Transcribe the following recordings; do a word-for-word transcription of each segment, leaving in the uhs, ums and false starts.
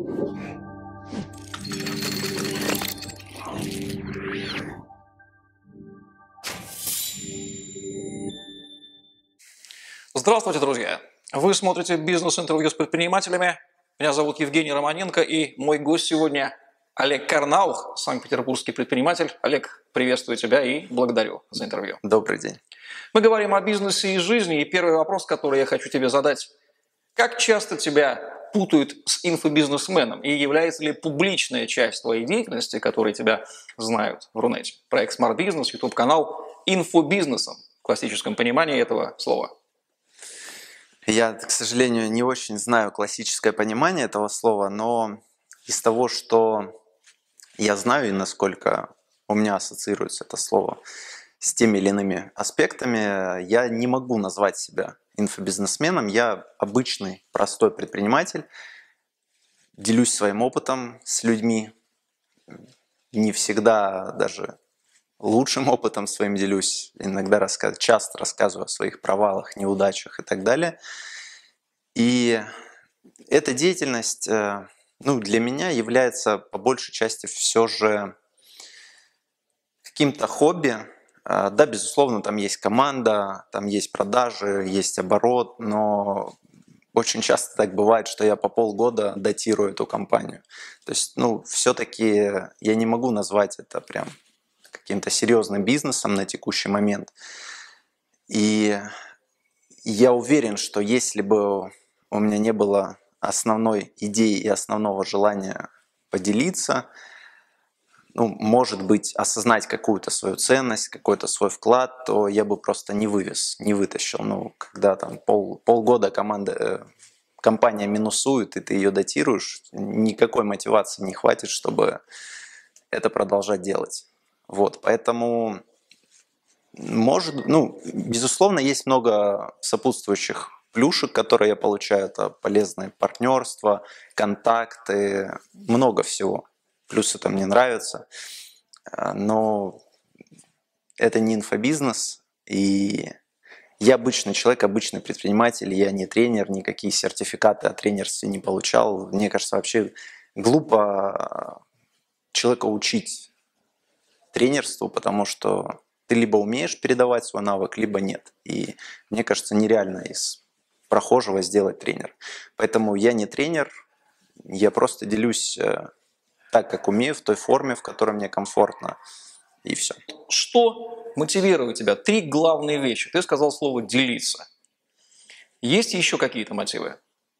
Здравствуйте, друзья! Вы смотрите «Бизнес-интервью с предпринимателями». Меня зовут Евгений Романенко, и мой гость сегодня Олег Карнаух, санкт-петербургский предприниматель. Олег, приветствую тебя и благодарю за интервью. Добрый день. Мы говорим о бизнесе и жизни, и первый вопрос, который я хочу тебе задать. Как часто тебя путают с инфобизнесменом, и является ли публичная часть твоей деятельности, которые тебя знают в Рунете, проект Smart Business, YouTube-канал, инфобизнесом в классическом понимании этого слова? Я, к сожалению, не очень знаю классическое понимание этого слова, но из того, что я знаю и насколько у меня ассоциируется это слово с теми или иными аспектами, я не могу назвать себя инфобизнесменом. Я обычный, простой предприниматель, делюсь своим опытом с людьми, не всегда даже лучшим опытом своим делюсь, иногда рассказ... часто рассказываю о своих провалах, неудачах и так далее. И эта деятельность, ну, для меня является по большей части все же каким-то хобби. Да, безусловно, там есть команда, там есть продажи, есть оборот, но очень часто так бывает, что я по полгода датирую эту компанию. То есть, ну, все-таки я не могу назвать это прям каким-то серьезным бизнесом на текущий момент. И я уверен, что если бы у меня не было основной идеи и основного желания поделиться, ну, может быть, осознать какую-то свою ценность, какой-то свой вклад, то я бы просто не вывез, не вытащил. Ну, когда там пол, полгода команда, э, компания минусует, и ты ее датируешь, никакой мотивации не хватит, чтобы это продолжать делать. Вот, поэтому, может, ну, безусловно, есть много сопутствующих плюшек, которые я получаю. Это полезное партнерство, контакты, много всего. Плюсы там мне нравятся, но это не инфобизнес, и я обычный человек, обычный предприниматель, я не тренер, никакие сертификаты о тренерстве не получал. Мне кажется, вообще глупо человека учить тренерству, потому что ты либо умеешь передавать свой навык, либо нет. И мне кажется, нереально из прохожего сделать тренер. Поэтому я не тренер, я просто делюсь так, как умею, в той форме, в которой мне комфортно, и все. Что мотивирует тебя? Три главные вещи. Ты сказал слово «делиться». Есть еще какие-то мотивы?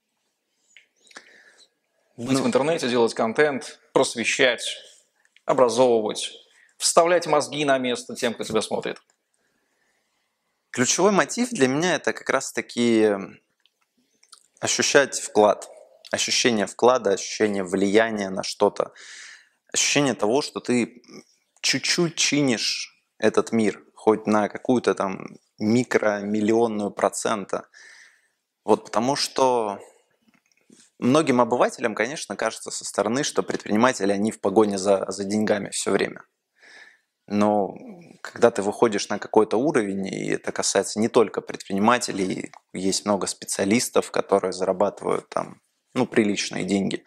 Быть ну, в интернете, делать контент, просвещать, образовывать, вставлять мозги на место тем, кто тебя смотрит? Ключевой мотив для меня – это как раз-таки ощущать вклад. Ощущение вклада, ощущение влияния на что-то. Ощущение того, что ты чуть-чуть чинишь этот мир, хоть на какую-то там микромиллионную процента. Вот, потому что многим обывателям, конечно, кажется со стороны, что предприниматели, они в погоне за, за деньгами все время. Но когда ты выходишь на какой-то уровень, и это касается не только предпринимателей, есть много специалистов, которые зарабатывают там, ну, приличные деньги.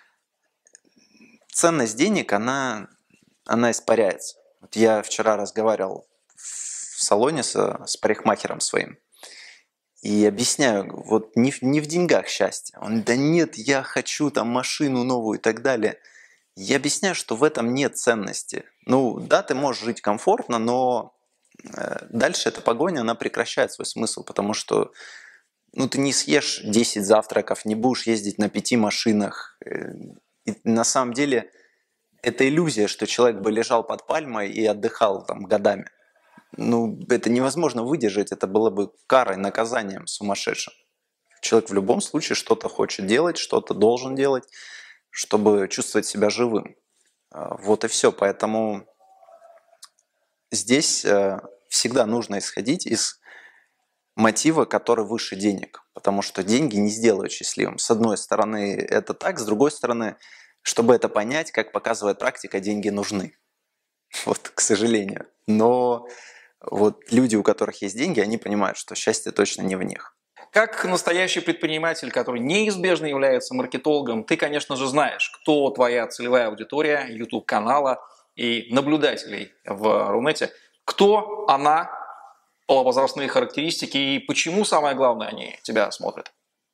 Ценность денег, она, она испаряется. Вот я вчера разговаривал в салоне с, с парикмахером своим и объясняю, вот не в, не в деньгах счастье. Он: да нет, я хочу там машину новую и так далее. Я объясняю, что в этом нет ценности. Ну да, ты можешь жить комфортно, но дальше эта погоня, она прекращает свой смысл, потому что ну, ты не съешь десять завтраков, не будешь ездить на пяти машинах. И на самом деле это иллюзия, что человек бы лежал под пальмой и отдыхал там годами. Ну, это невозможно выдержать, это было бы карой, наказанием сумасшедшим. Человек в любом случае что-то хочет делать, что-то должен делать, чтобы чувствовать себя живым. Вот и все. Поэтому здесь всегда нужно исходить из мотива, который выше денег. Потому что деньги не сделают счастливым. С одной стороны, это так, с другой стороны, чтобы это понять, как показывает практика, деньги нужны. Вот, к сожалению. Но вот люди, у которых есть деньги, они понимают, что счастье точно не в них. Как настоящий предприниматель, который неизбежно является маркетологом, ты, конечно же, знаешь, кто твоя целевая аудитория YouTube-канала и наблюдателей в Рунете, кто она, полувозрастные характеристики и почему, самое главное, они тебя смотрят.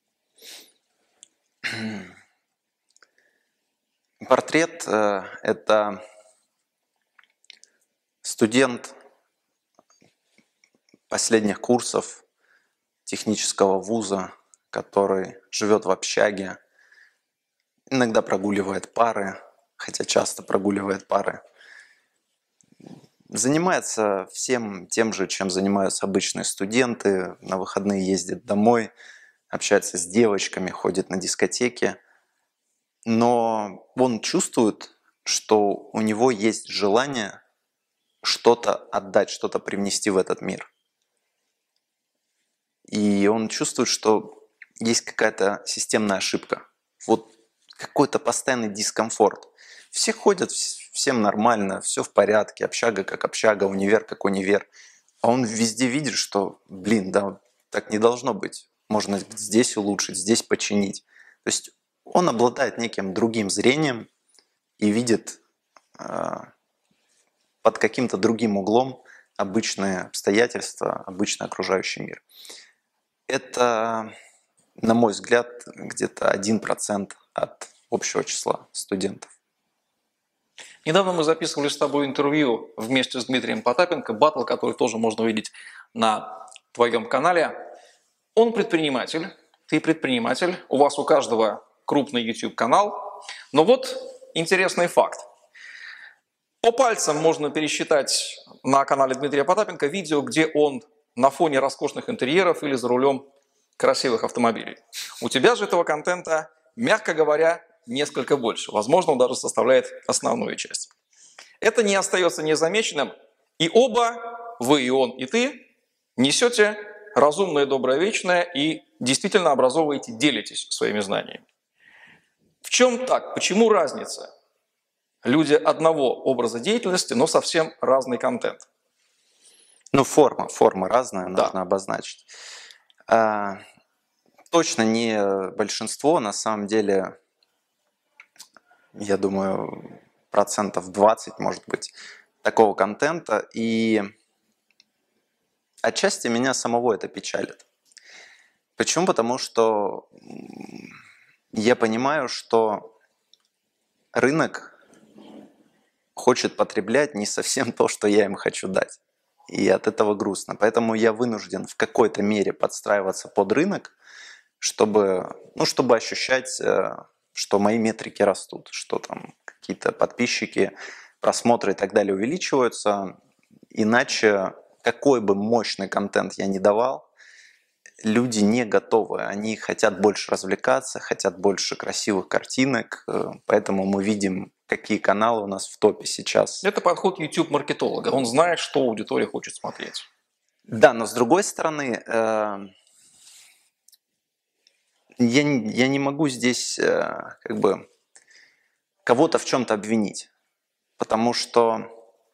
Портрет э, – это студент последних курсов технического вуза, который живет в общаге, иногда прогуливает пары, хотя часто прогуливает пары, занимается всем тем же, чем занимаются обычные студенты, на выходные ездит домой, общается с девочками, ходит на дискотеки, но он чувствует, что у него есть желание что-то отдать, что-то привнести в этот мир. И он чувствует, что есть какая-то системная ошибка. Вот какой-то постоянный дискомфорт. Все ходят, всем нормально, все в порядке, общага как общага, универ как универ. А он везде видит, что, блин, да, так не должно быть. Можно здесь улучшить, здесь починить. То есть он обладает неким другим зрением и видит э, под каким-то другим углом обычные обстоятельства, обычный окружающий мир. Это, на мой взгляд, где-то один процент от общего числа студентов. Недавно мы записывали с тобой интервью вместе с Дмитрием Потапенко, баттл, который тоже можно увидеть на твоем канале. Он предприниматель, ты предприниматель, у вас у каждого крупный YouTube-канал. Но вот интересный факт. По пальцам можно пересчитать на канале Дмитрия Потапенко видео, где он на фоне роскошных интерьеров или за рулем красивых автомобилей. У тебя же этого контента, мягко говоря, несколько больше. Возможно, он даже составляет основную часть. Это не остается незамеченным. И оба, вы и он, и ты, несете разумное, доброе, вечное и действительно образовываете, делитесь своими знаниями. В чем так? Почему разница? Люди одного образа деятельности, но совсем разный контент. Ну, форма, форма разная, Да. нужно обозначить. А, точно не большинство, на самом деле, я думаю, процентов двадцать, может быть, такого контента. И отчасти меня самого это печалит. Почему? Потому что я понимаю, что рынок хочет потреблять не совсем то, что я им хочу дать. И от этого грустно. Поэтому я вынужден в какой-то мере подстраиваться под рынок, чтобы, ну, чтобы ощущать, что мои метрики растут, что там какие-то подписчики, просмотры и так далее увеличиваются. Иначе, какой бы мощный контент я ни давал, люди не готовы. Они хотят больше развлекаться, хотят больше красивых картинок. Поэтому мы видим, какие каналы у нас в топе сейчас. Это подход YouTube-маркетолога. Он знает, что аудитория хочет смотреть. Да, но с другой стороны, э, я, я не могу здесь э, как бы кого-то в чем-то обвинить. Потому что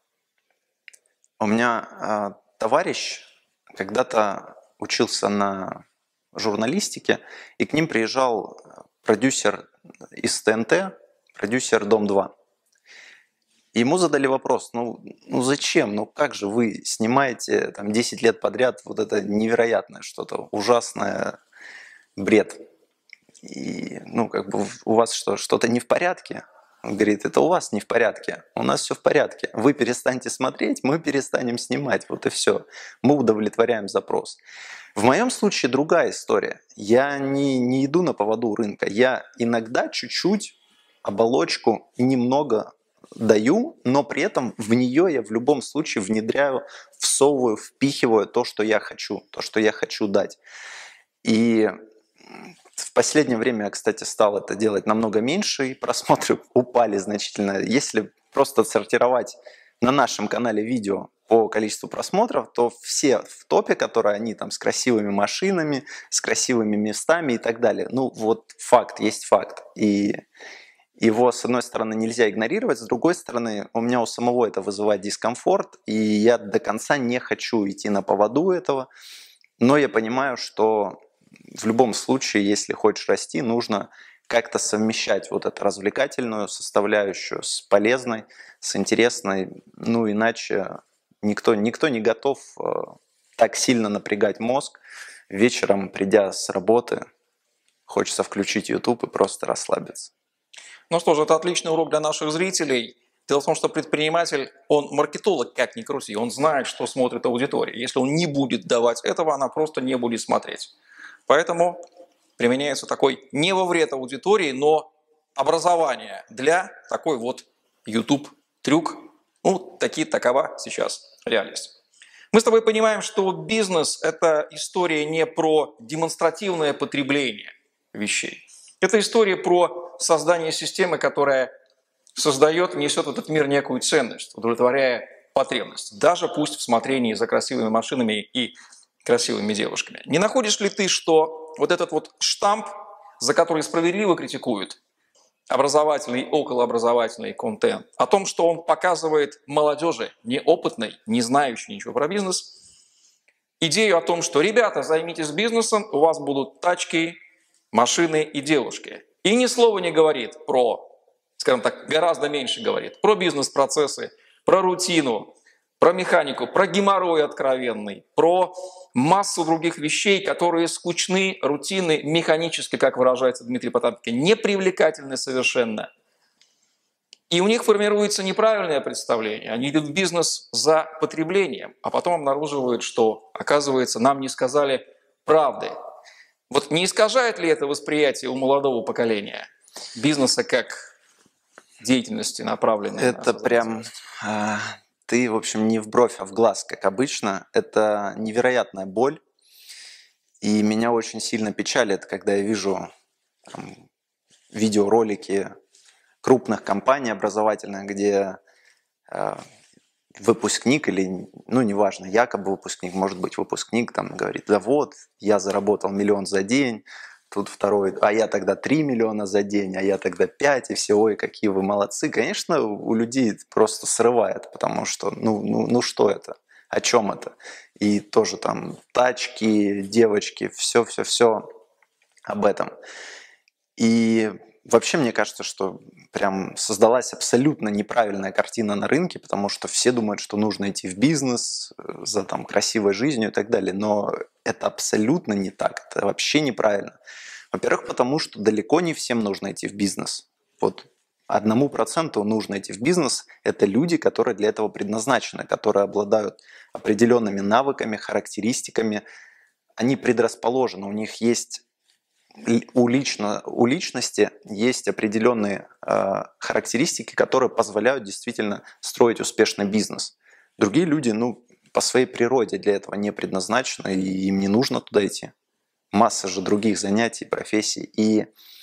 у меня э, товарищ когда-то учился на журналистике, и к ним приезжал продюсер из ТНТ, продюсер Дом два. И ему задали вопрос, ну, ну зачем, ну как же вы снимаете там десять лет подряд вот это невероятное что-то, ужасное, бред. И, ну, как бы у вас что, что-то не в порядке? Он говорит, это у вас не в порядке, у нас все в порядке. Вы перестаньте смотреть, мы перестанем снимать, вот и все. Мы удовлетворяем запрос. В моем случае другая история. Я не, не иду на поводу рынка. Я иногда чуть-чуть оболочку немного даю, но при этом в нее я в любом случае внедряю, всовываю, впихиваю то, что я хочу, то, что я хочу дать. И в последнее время я, кстати, стал это делать намного меньше, и просмотры упали значительно. Если просто отсортировать на нашем канале видео по количеству просмотров, то все в топе, которые они там с красивыми машинами, с красивыми местами и так далее. Ну вот факт, есть факт. И его, с одной стороны, нельзя игнорировать, с другой стороны, у меня у самого это вызывает дискомфорт, и я до конца не хочу идти на поводу этого, но я понимаю, что в любом случае, если хочешь расти, нужно как-то совмещать вот эту развлекательную составляющую с полезной, с интересной. Ну, иначе никто, никто не готов так сильно напрягать мозг. Вечером, придя с работы, хочется включить YouTube и просто расслабиться. Ну что ж, это отличный урок для наших зрителей. Дело в том, что предприниматель, он маркетолог, как ни крути, он знает, что смотрит аудитория. Если он не будет давать этого, она просто не будет смотреть. Поэтому применяется такой не во вред аудитории, но образование для такой вот YouTube-трюк. Ну, такие, такова сейчас реальность. Мы с тобой понимаем, что бизнес – это история не про демонстративное потребление вещей. Это история про создание системы, которая создает, несет в этот мир некую ценность, удовлетворяя потребность, даже пусть в смотрении за красивыми машинами и красивыми девушками. Не находишь ли ты, что вот этот вот штамп, за который справедливо критикуют образовательный, околообразовательный контент, о том, что он показывает молодежи, неопытной, не знающей ничего про бизнес, идею о том, что, ребята, займитесь бизнесом, у вас будут тачки, машины и девушки. И ни слова не говорит про, скажем так, гораздо меньше говорит про бизнес-процессы, про рутину, про механику, про геморрой откровенный, про массу других вещей, которые скучны, рутинны, механически, как выражается Дмитрий Потапенко, непривлекательны совершенно. И у них формируется неправильное представление. Они идут в бизнес за потреблением, а потом обнаруживают, что, оказывается, нам не сказали правды. Вот не искажает ли это восприятие у молодого поколения бизнеса как деятельности, направленной это на прям э, ты, в общем, не в бровь, а в глаз, как обычно. Это невероятная боль. И меня очень сильно печалит, когда я вижу там, видеоролики крупных компаний образовательных, где э, выпускник или, ну, неважно, якобы выпускник, может быть, выпускник там говорит, да вот, я заработал миллион за день, тут второй, а я тогда три миллиона за день, а я тогда пять, и все, ой, какие вы молодцы. Конечно, у людей просто срывает, потому что, ну, ну, ну что это? О чем это? И тоже там тачки, девочки, все-все-все об этом. И вообще, мне кажется, что прям создалась абсолютно неправильная картина на рынке, потому что все думают, что нужно идти в бизнес за там, красивой жизнью и так далее. Но это абсолютно не так, это вообще неправильно. Во-первых, потому что далеко не всем нужно идти в бизнес. Вот одному проценту нужно идти в бизнес. Это люди, которые для этого предназначены, которые обладают определенными навыками, характеристиками. Они предрасположены, у них есть У, лично, у личности есть определенные э, характеристики, которые позволяют действительно строить успешный бизнес. Другие люди, ну, по своей природе для этого не предназначены, и им не нужно туда идти. Масса же других занятий, профессий. И,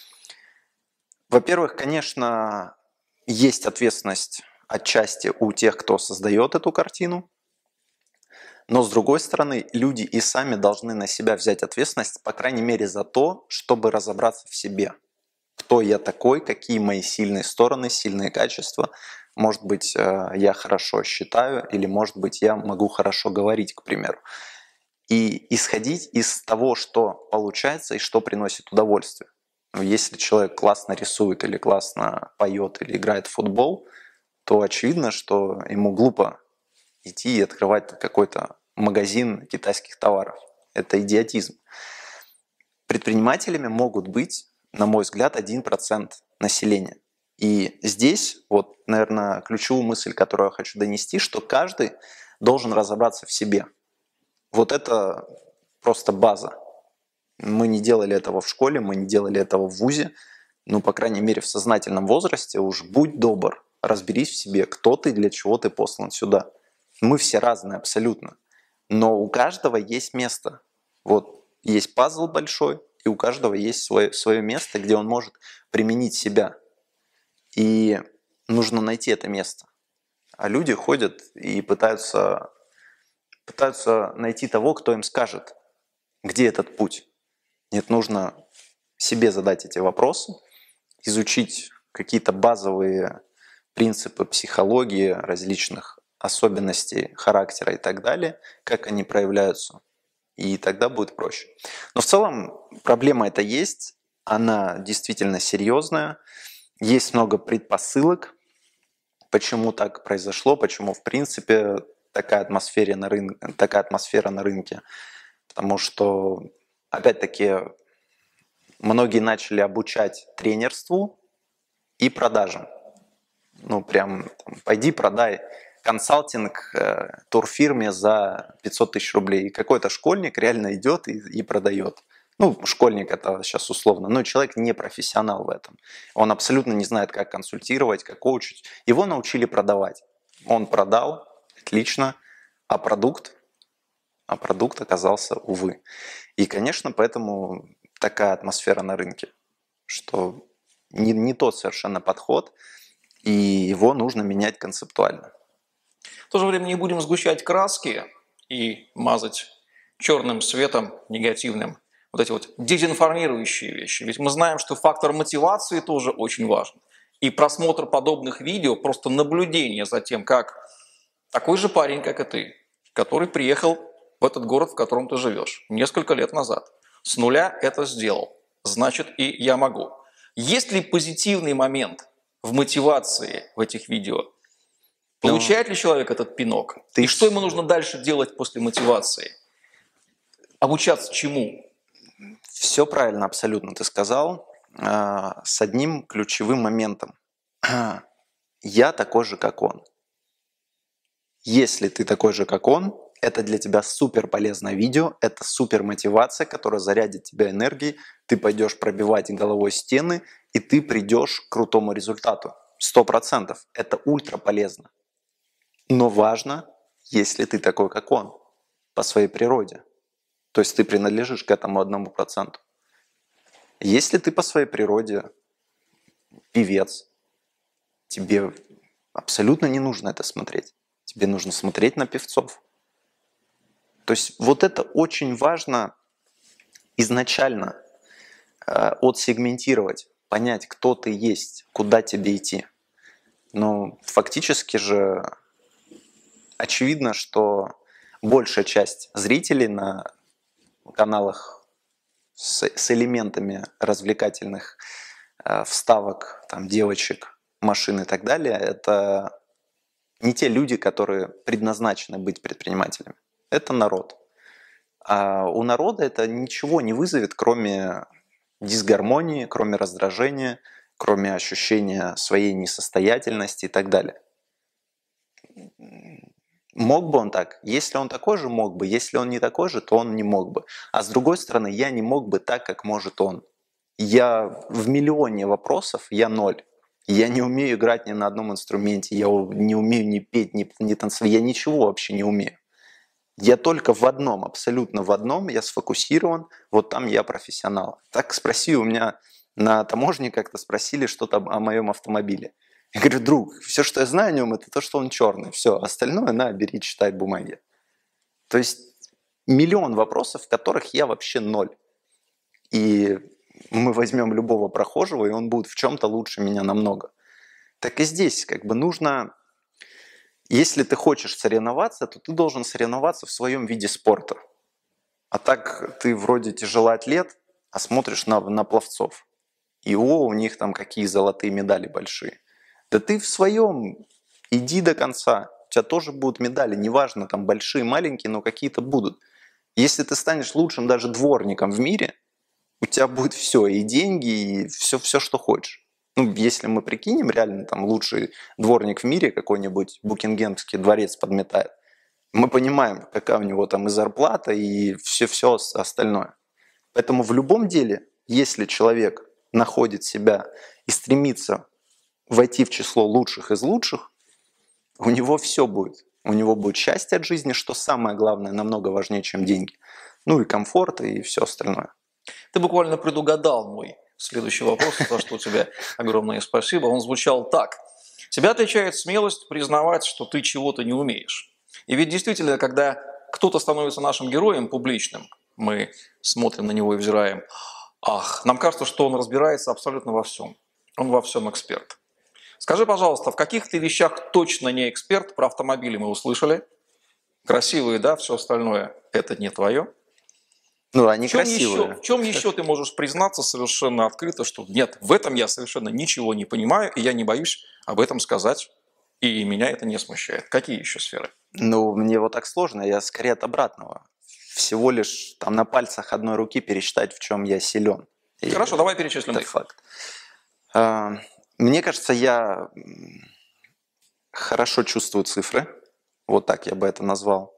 во-первых, конечно, есть ответственность отчасти у тех, кто создает эту картину. Но, с другой стороны, люди и сами должны на себя взять ответственность, по крайней мере, за то, чтобы разобраться в себе. Кто я такой, какие мои сильные стороны, сильные качества. Может быть, я хорошо считаю, или, может быть, я могу хорошо говорить, к примеру. И исходить из того, что получается и что приносит удовольствие. Если человек классно рисует, или классно поет, или играет в футбол, то очевидно, что ему глупо идти и открывать какой-то магазин китайских товаров. Это идиотизм. Предпринимателями могут быть, на мой взгляд, один процент населения. И здесь, вот, наверное, ключевую мысль, которую я хочу донести, что каждый должен разобраться в себе. Вот это просто база. Мы не делали этого в школе, мы не делали этого в вузе. Ну, по крайней мере, в сознательном возрасте уж будь добр, разберись в себе, кто ты, для чего ты послан сюда. Мы все разные абсолютно, но у каждого есть место. Вот есть пазл большой, и у каждого есть свое, свое место, где он может применить себя. И нужно найти это место. А люди ходят и пытаются, пытаются найти того, кто им скажет, где этот путь. Нет, нужно себе задать эти вопросы, изучить какие-то базовые принципы психологии различных особенностей характера и так далее, как они проявляются и тогда будет проще. Но в целом проблема эта есть, она действительно серьезная, есть много предпосылок, почему так произошло, почему в принципе такая атмосфера на рынке, такая атмосфера на рынке. Потому что, опять-таки, многие начали обучать тренерству и продажам. Ну, прям, там, пойди продай консалтинг э, турфирме за пятьсот тысяч рублей. И какой-то школьник реально идет и, и продает. Ну, школьник это сейчас условно, но человек не профессионал в этом. Он абсолютно не знает, как консультировать, как коучить. Его научили продавать. Он продал, отлично, а продукт, а продукт оказался, увы. И, конечно, поэтому такая атмосфера на рынке, что не, не тот совершенно подход, и его нужно менять концептуально. В то же время не будем сгущать краски и мазать черным цветом негативным вот эти вот дезинформирующие вещи. Ведь мы знаем, что фактор мотивации тоже очень важен. И просмотр подобных видео, просто наблюдение за тем, как такой же парень, как и ты, который приехал в этот город, в котором ты живешь, несколько лет назад, с нуля это сделал, значит и я могу. Есть ли позитивный момент в мотивации в этих видео? Получает ли человек этот пинок? Ты... И что ему нужно дальше делать после мотивации? Обучаться чему? Все правильно абсолютно ты сказал, с одним ключевым моментом. Я такой же, как он. Если ты такой же, как он, это для тебя супер полезное видео, это супер мотивация, которая зарядит тебя энергией, ты пойдешь пробивать головой стены, и ты придешь к крутому результату. Сто процентов. Это ультра полезно. Но важно, если ты такой, как он, по своей природе. То есть ты принадлежишь к этому одному проценту. Если ты по своей природе певец, тебе абсолютно не нужно это смотреть. Тебе нужно смотреть на певцов. То есть вот это очень важно изначально э, отсегментировать, понять, кто ты есть, куда тебе идти. Но фактически же очевидно, что большая часть зрителей на каналах с, с элементами развлекательных э, вставок, там, девочек, машин и так далее, это не те люди, которые предназначены быть предпринимателями. Это народ. А у народа это ничего не вызовет, кроме дисгармонии, кроме раздражения, кроме ощущения своей несостоятельности и так далее. Мог бы он так? Если он такой же, мог бы. Если он не такой же, то он не мог бы. А с другой стороны, я не мог бы так, как может он. Я в миллионе вопросов, я ноль. Я не умею играть ни на одном инструменте, я не умею ни петь, ни, ни танцевать, я ничего вообще не умею. Я только в одном, абсолютно в одном, я сфокусирован, вот там я профессионал. Так спроси, у меня на таможне как-то спросили что-то о моем автомобиле. Я говорю, друг, все, что я знаю о нем, это то, что он черный. Все, остальное, на, бери, читай бумаги. То есть миллион вопросов, в которых я вообще ноль. И мы возьмем любого прохожего, и он будет в чем-то лучше меня намного. Так и здесь как бы нужно... Если ты хочешь соревноваться, то ты должен соревноваться в своем виде спорта. А так ты вроде тяжелоатлет, а смотришь на, на пловцов. И о, у них там какие золотые медали большие. Да ты в своем иди до конца. У тебя тоже будут медали, неважно, там большие, маленькие, но какие-то будут. Если ты станешь лучшим даже дворником в мире, у тебя будет все, и деньги, и все, все, что хочешь. Ну, если мы прикинем, реально там лучший дворник в мире какой-нибудь Букингемский дворец подметает, мы понимаем, какая у него там и зарплата, и все-все остальное. Поэтому в любом деле, если человек находит себя и стремится войти в число лучших из лучших, у него все будет. У него будет счастье от жизни, что самое главное, намного важнее, чем деньги. Ну и комфорт, и все остальное. Ты буквально предугадал мой следующий вопрос, за что тебе огромное спасибо. Он звучал так. Тебя отличает смелость признавать, что ты чего-то не умеешь. И ведь действительно, когда кто-то становится нашим героем публичным, мы смотрим на него и взираем, ах, нам кажется, что он разбирается абсолютно во всем. Он во всем эксперт. Скажи, пожалуйста, в каких ты вещах точно не эксперт? Про автомобили мы услышали. Красивые, да, все остальное – это не твое. Ну, они В чем, красивые. еще, в чем еще ты можешь признаться совершенно открыто, что нет, в этом я совершенно ничего не понимаю, и я не боюсь об этом сказать, и меня это не смущает? Какие еще сферы? Ну, мне вот так сложно, я скорее от обратного. Всего лишь там на пальцах одной руки пересчитать, в чем я силен. И Хорошо, давай перечислим это их. факт. А, Мне кажется, я хорошо чувствую цифры, вот так я бы это назвал.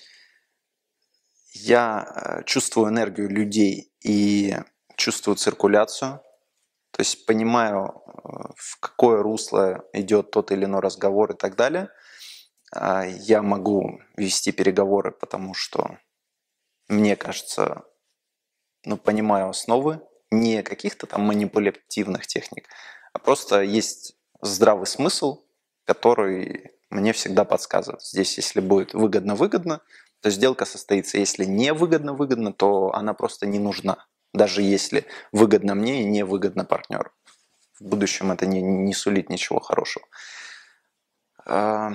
Я э, чувствую энергию людей и чувствую циркуляцию, то есть понимаю, э, в какое русло идет тот или иной разговор и так далее. А Я могу вести переговоры, потому что, мне кажется, ну, понимаю основы не каких-то там манипулятивных техник, а просто есть здравый смысл, который мне всегда подсказывает. Здесь, если будет выгодно-выгодно, то сделка состоится. Если не выгодно-выгодно, то она просто не нужна. Даже если выгодно мне и не выгодно партнеру. В будущем это не, не сулит ничего хорошего. А,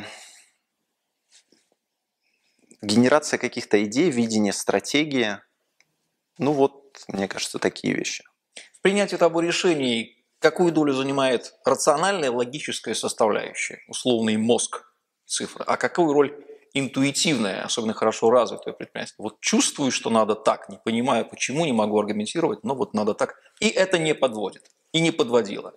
Генерация каких-то идей, видение, стратегии. Ну вот, мне кажется, такие вещи. В принятии тобой решений какую долю занимает рациональная логическая составляющая, условный мозг, цифры, а какую роль интуитивная, особенно хорошо развитое предпринимательство? Вот чувствую, что надо так, не понимаю, почему, не могу аргументировать, но вот надо так. И это не подводит, и не подводило.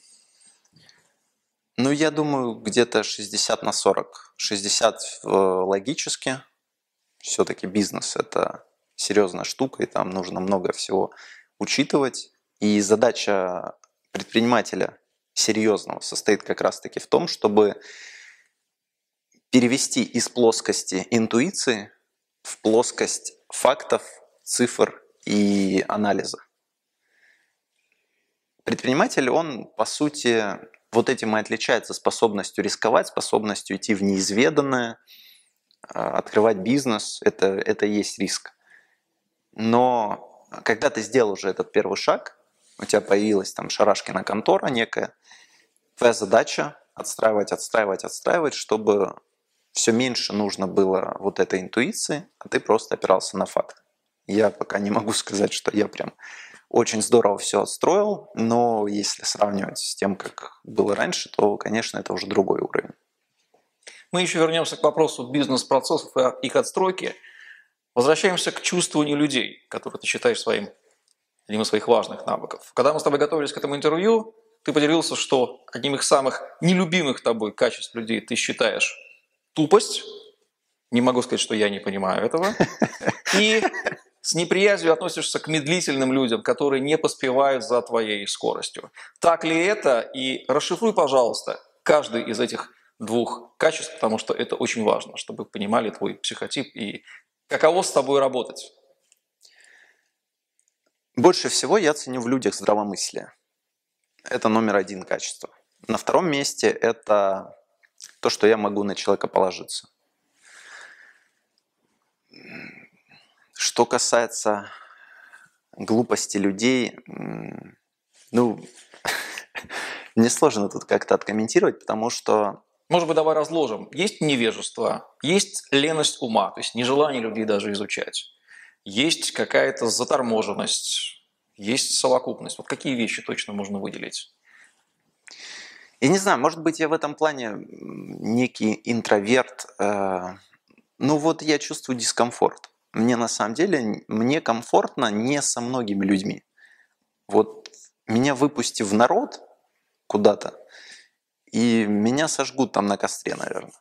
Ну, я думаю, где-то шестьдесят на сорок. шестьдесят э, логически. Все-таки бизнес – это серьезная штука, и там нужно много всего учитывать. И задача предпринимателя серьезного состоит как раз-таки в том, чтобы перевести из плоскости интуиции в плоскость фактов, цифр и анализа. Предприниматель, он, по сути, вот этим и отличается: способностью рисковать, способностью идти в неизведанное, открывать бизнес. Это, это и есть риск. Но когда ты сделал уже этот первый шаг, у тебя появилась там шарашкина контора некая, твоя задача отстраивать, отстраивать, отстраивать, чтобы все меньше нужно было вот этой интуиции, а ты просто опирался на факты. Я пока не могу сказать, что я прям очень здорово все отстроил, но если сравнивать с тем, как было раньше, то, конечно, это уже другой уровень. Мы еще вернемся к вопросу бизнес-процессов и их отстройки. Возвращаемся к чувствованию людей, которые ты считаешь своим, одним из своих важных навыков. Когда мы с тобой готовились к этому интервью, ты поделился, что одним из самых нелюбимых тобой качеств людей ты считаешь тупость. Не могу сказать, что я не понимаю этого. И с неприязнью относишься к медлительным людям, которые не поспевают за твоей скоростью. Так ли это? И расшифруй, пожалуйста, каждый из этих двух качеств, потому что это очень важно, чтобы понимали твой психотип и каково с тобой работать. Больше всего я ценю в людях здравомыслие. Это номер один качество. На втором месте это то, что я могу на человека положиться. Что касается глупости людей, ну, мне сложно тут как-то откомментировать, потому что... Может быть, давай разложим. Есть невежество, есть леность ума, то есть нежелание людей даже изучать. Есть какая-то заторможенность, есть совокупность. Вот какие вещи точно можно выделить? Я не знаю, может быть, я в этом плане некий интроверт. Ну вот я чувствую дискомфорт. Мне на самом деле, мне комфортно не со многими людьми. Вот меня выпусти в народ куда-то, и меня сожгут там на костре, наверное.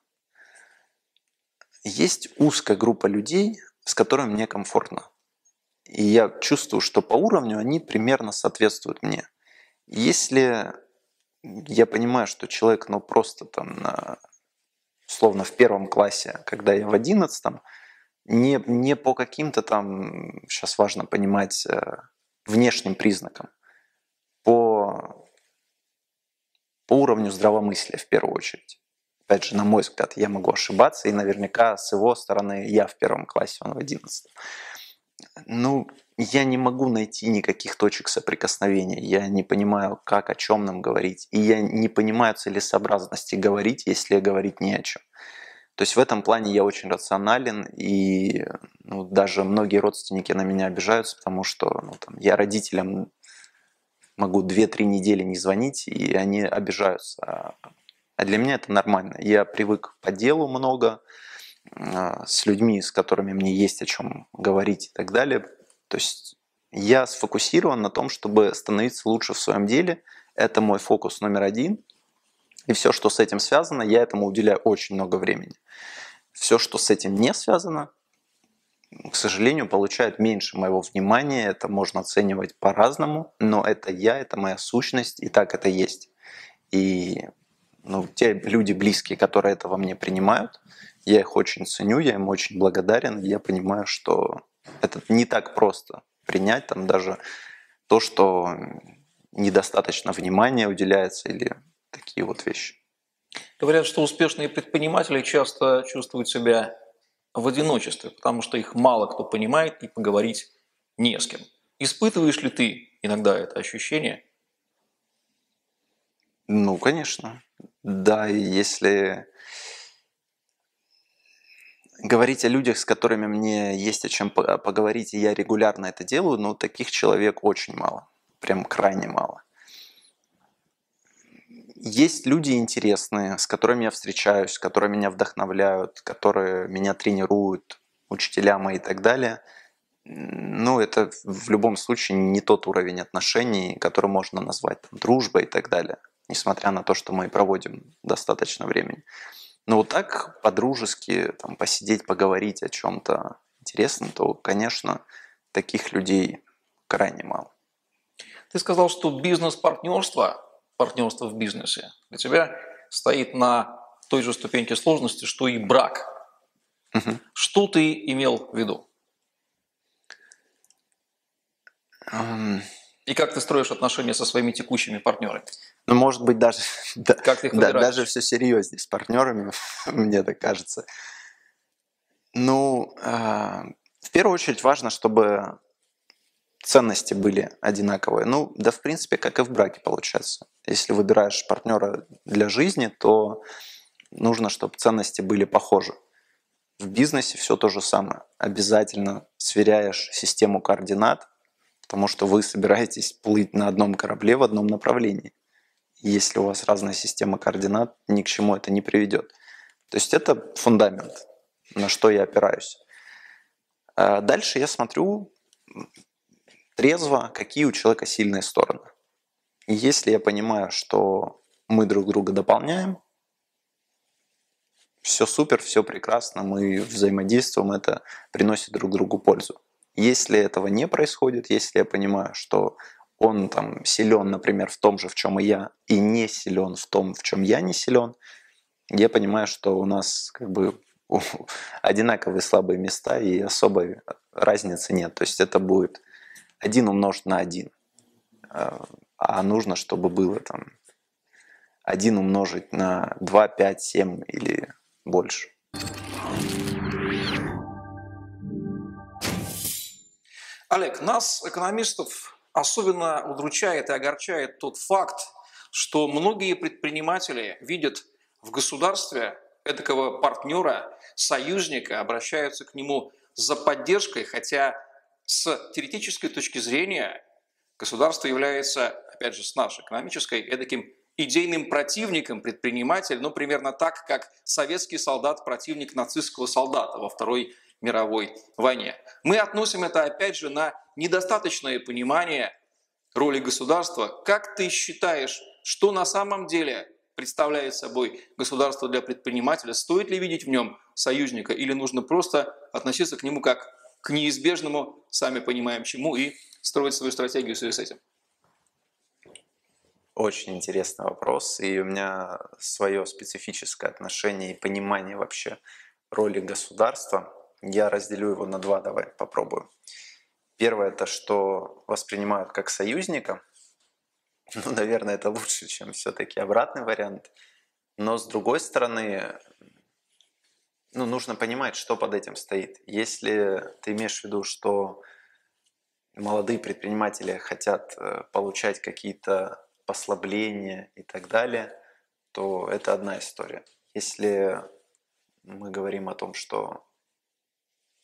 Есть узкая группа людей, с которыми мне комфортно. И я чувствую, что по уровню они примерно соответствуют мне. Если я понимаю, что человек, ну, просто там, на, условно, в первом классе, когда я в одиннадцатом, не, не по каким-то там, сейчас важно понимать, внешним признакам, по, по уровню здравомыслия в первую очередь. Опять же, на мой взгляд, я могу ошибаться, и наверняка с его стороны я в первом классе, он в одиннадцатом. Ну, я не могу найти никаких точек соприкосновения. Я не понимаю, как, о чем нам говорить. И я не понимаю целесообразности говорить, если говорить не о чем. То есть в этом плане я очень рационален и ну, даже многие родственники на меня обижаются, потому что ну, там, я родителям могу две-три недели не звонить, и они обижаются. А для меня это нормально. Я привык по делу много, с людьми, с которыми мне есть о чем говорить и так далее. То есть я сфокусирован на том, чтобы становиться лучше в своем деле. Это мой фокус номер один. И все, что с этим связано, я этому уделяю очень много времени. Все, что с этим не связано, к сожалению, получает меньше моего внимания. Это можно оценивать по-разному, но это я, это моя сущность, и так это есть. И ну, те люди близкие, которые это во мне принимают, я их очень ценю, я им очень благодарен. Я понимаю, что это не так просто принять там даже то, что недостаточно внимания уделяется или такие вот вещи. Говорят, что успешные предприниматели часто чувствуют себя в одиночестве, потому что их мало кто понимает и поговорить не с кем. Испытываешь ли ты иногда это ощущение? Ну, конечно. Да, и если говорить о людях, с которыми мне есть о чем поговорить, и я регулярно это делаю, но таких человек очень мало, прям крайне мало. Есть люди интересные, с которыми я встречаюсь, которые меня вдохновляют, которые меня тренируют, учителя мои и так далее. Ну, это в любом случае не тот уровень отношений, который можно назвать там, дружбой и так далее, несмотря на то, что мы проводим достаточно времени. Но вот так по-дружески там, посидеть, поговорить о чем-то интересном, то, конечно, таких людей крайне мало. Ты сказал, что бизнес-партнерство, партнерство в бизнесе, для тебя стоит на той же ступеньке сложности, что и брак. Угу. Что ты имел в виду? Um... И как ты строишь отношения со своими текущими партнерами? Ну, может быть, даже, да, как ты их да, даже все серьезнее с партнерами, мне так кажется. Ну, э, в первую очередь важно, чтобы ценности были одинаковые. Ну, да, в принципе, как и в браке получается. Если выбираешь партнера для жизни, то нужно, чтобы ценности были похожи. В бизнесе все то же самое. Обязательно сверяешь систему координат, потому что вы собираетесь плыть на одном корабле в одном направлении. Если у вас разная система координат, ни к чему это не приведет. То есть это фундамент, на что я опираюсь. Дальше я смотрю трезво, какие у человека сильные стороны. И если я понимаю, что мы друг друга дополняем, все супер, все прекрасно, мы взаимодействуем, это приносит друг другу пользу. Если этого не происходит, если я понимаю, что он там силен, например, в том же, в чем и я, и не силен в том, в чем я не силен, я понимаю, что у нас как бы одинаковые слабые места и особой разницы нет. То есть это будет один умножить на один. А нужно, чтобы было там один умножить на два, пять, семь или больше. Олег, нас, экономистов, особенно удручает и огорчает тот факт, что многие предприниматели видят в государстве эдакого партнера, союзника, обращаются к нему за поддержкой, хотя с теоретической точки зрения государство является, опять же, с нашей экономической, эдаким идейным противником предпринимателя, ну, примерно так, как советский солдат противник нацистского солдата во Второй мировой войне. Мы относим это, опять же, на недостаточное понимание роли государства. Как ты считаешь, что на самом деле представляет собой государство для предпринимателя? Стоит ли видеть в нем союзника или нужно просто относиться к нему как к неизбежному, сами понимаем чему, и строить свою стратегию в связи с этим? Очень интересный вопрос, и у меня свое специфическое отношение и понимание вообще роли государства. Я разделю его на два, давай попробую. Первое – это что воспринимают как союзника. Ну, наверное, это лучше, чем все-таки обратный вариант. Но с другой стороны, ну, нужно понимать, что под этим стоит. Если ты имеешь в виду, что молодые предприниматели хотят получать какие-то послабления и так далее, то это одна история. Если мы говорим о том, что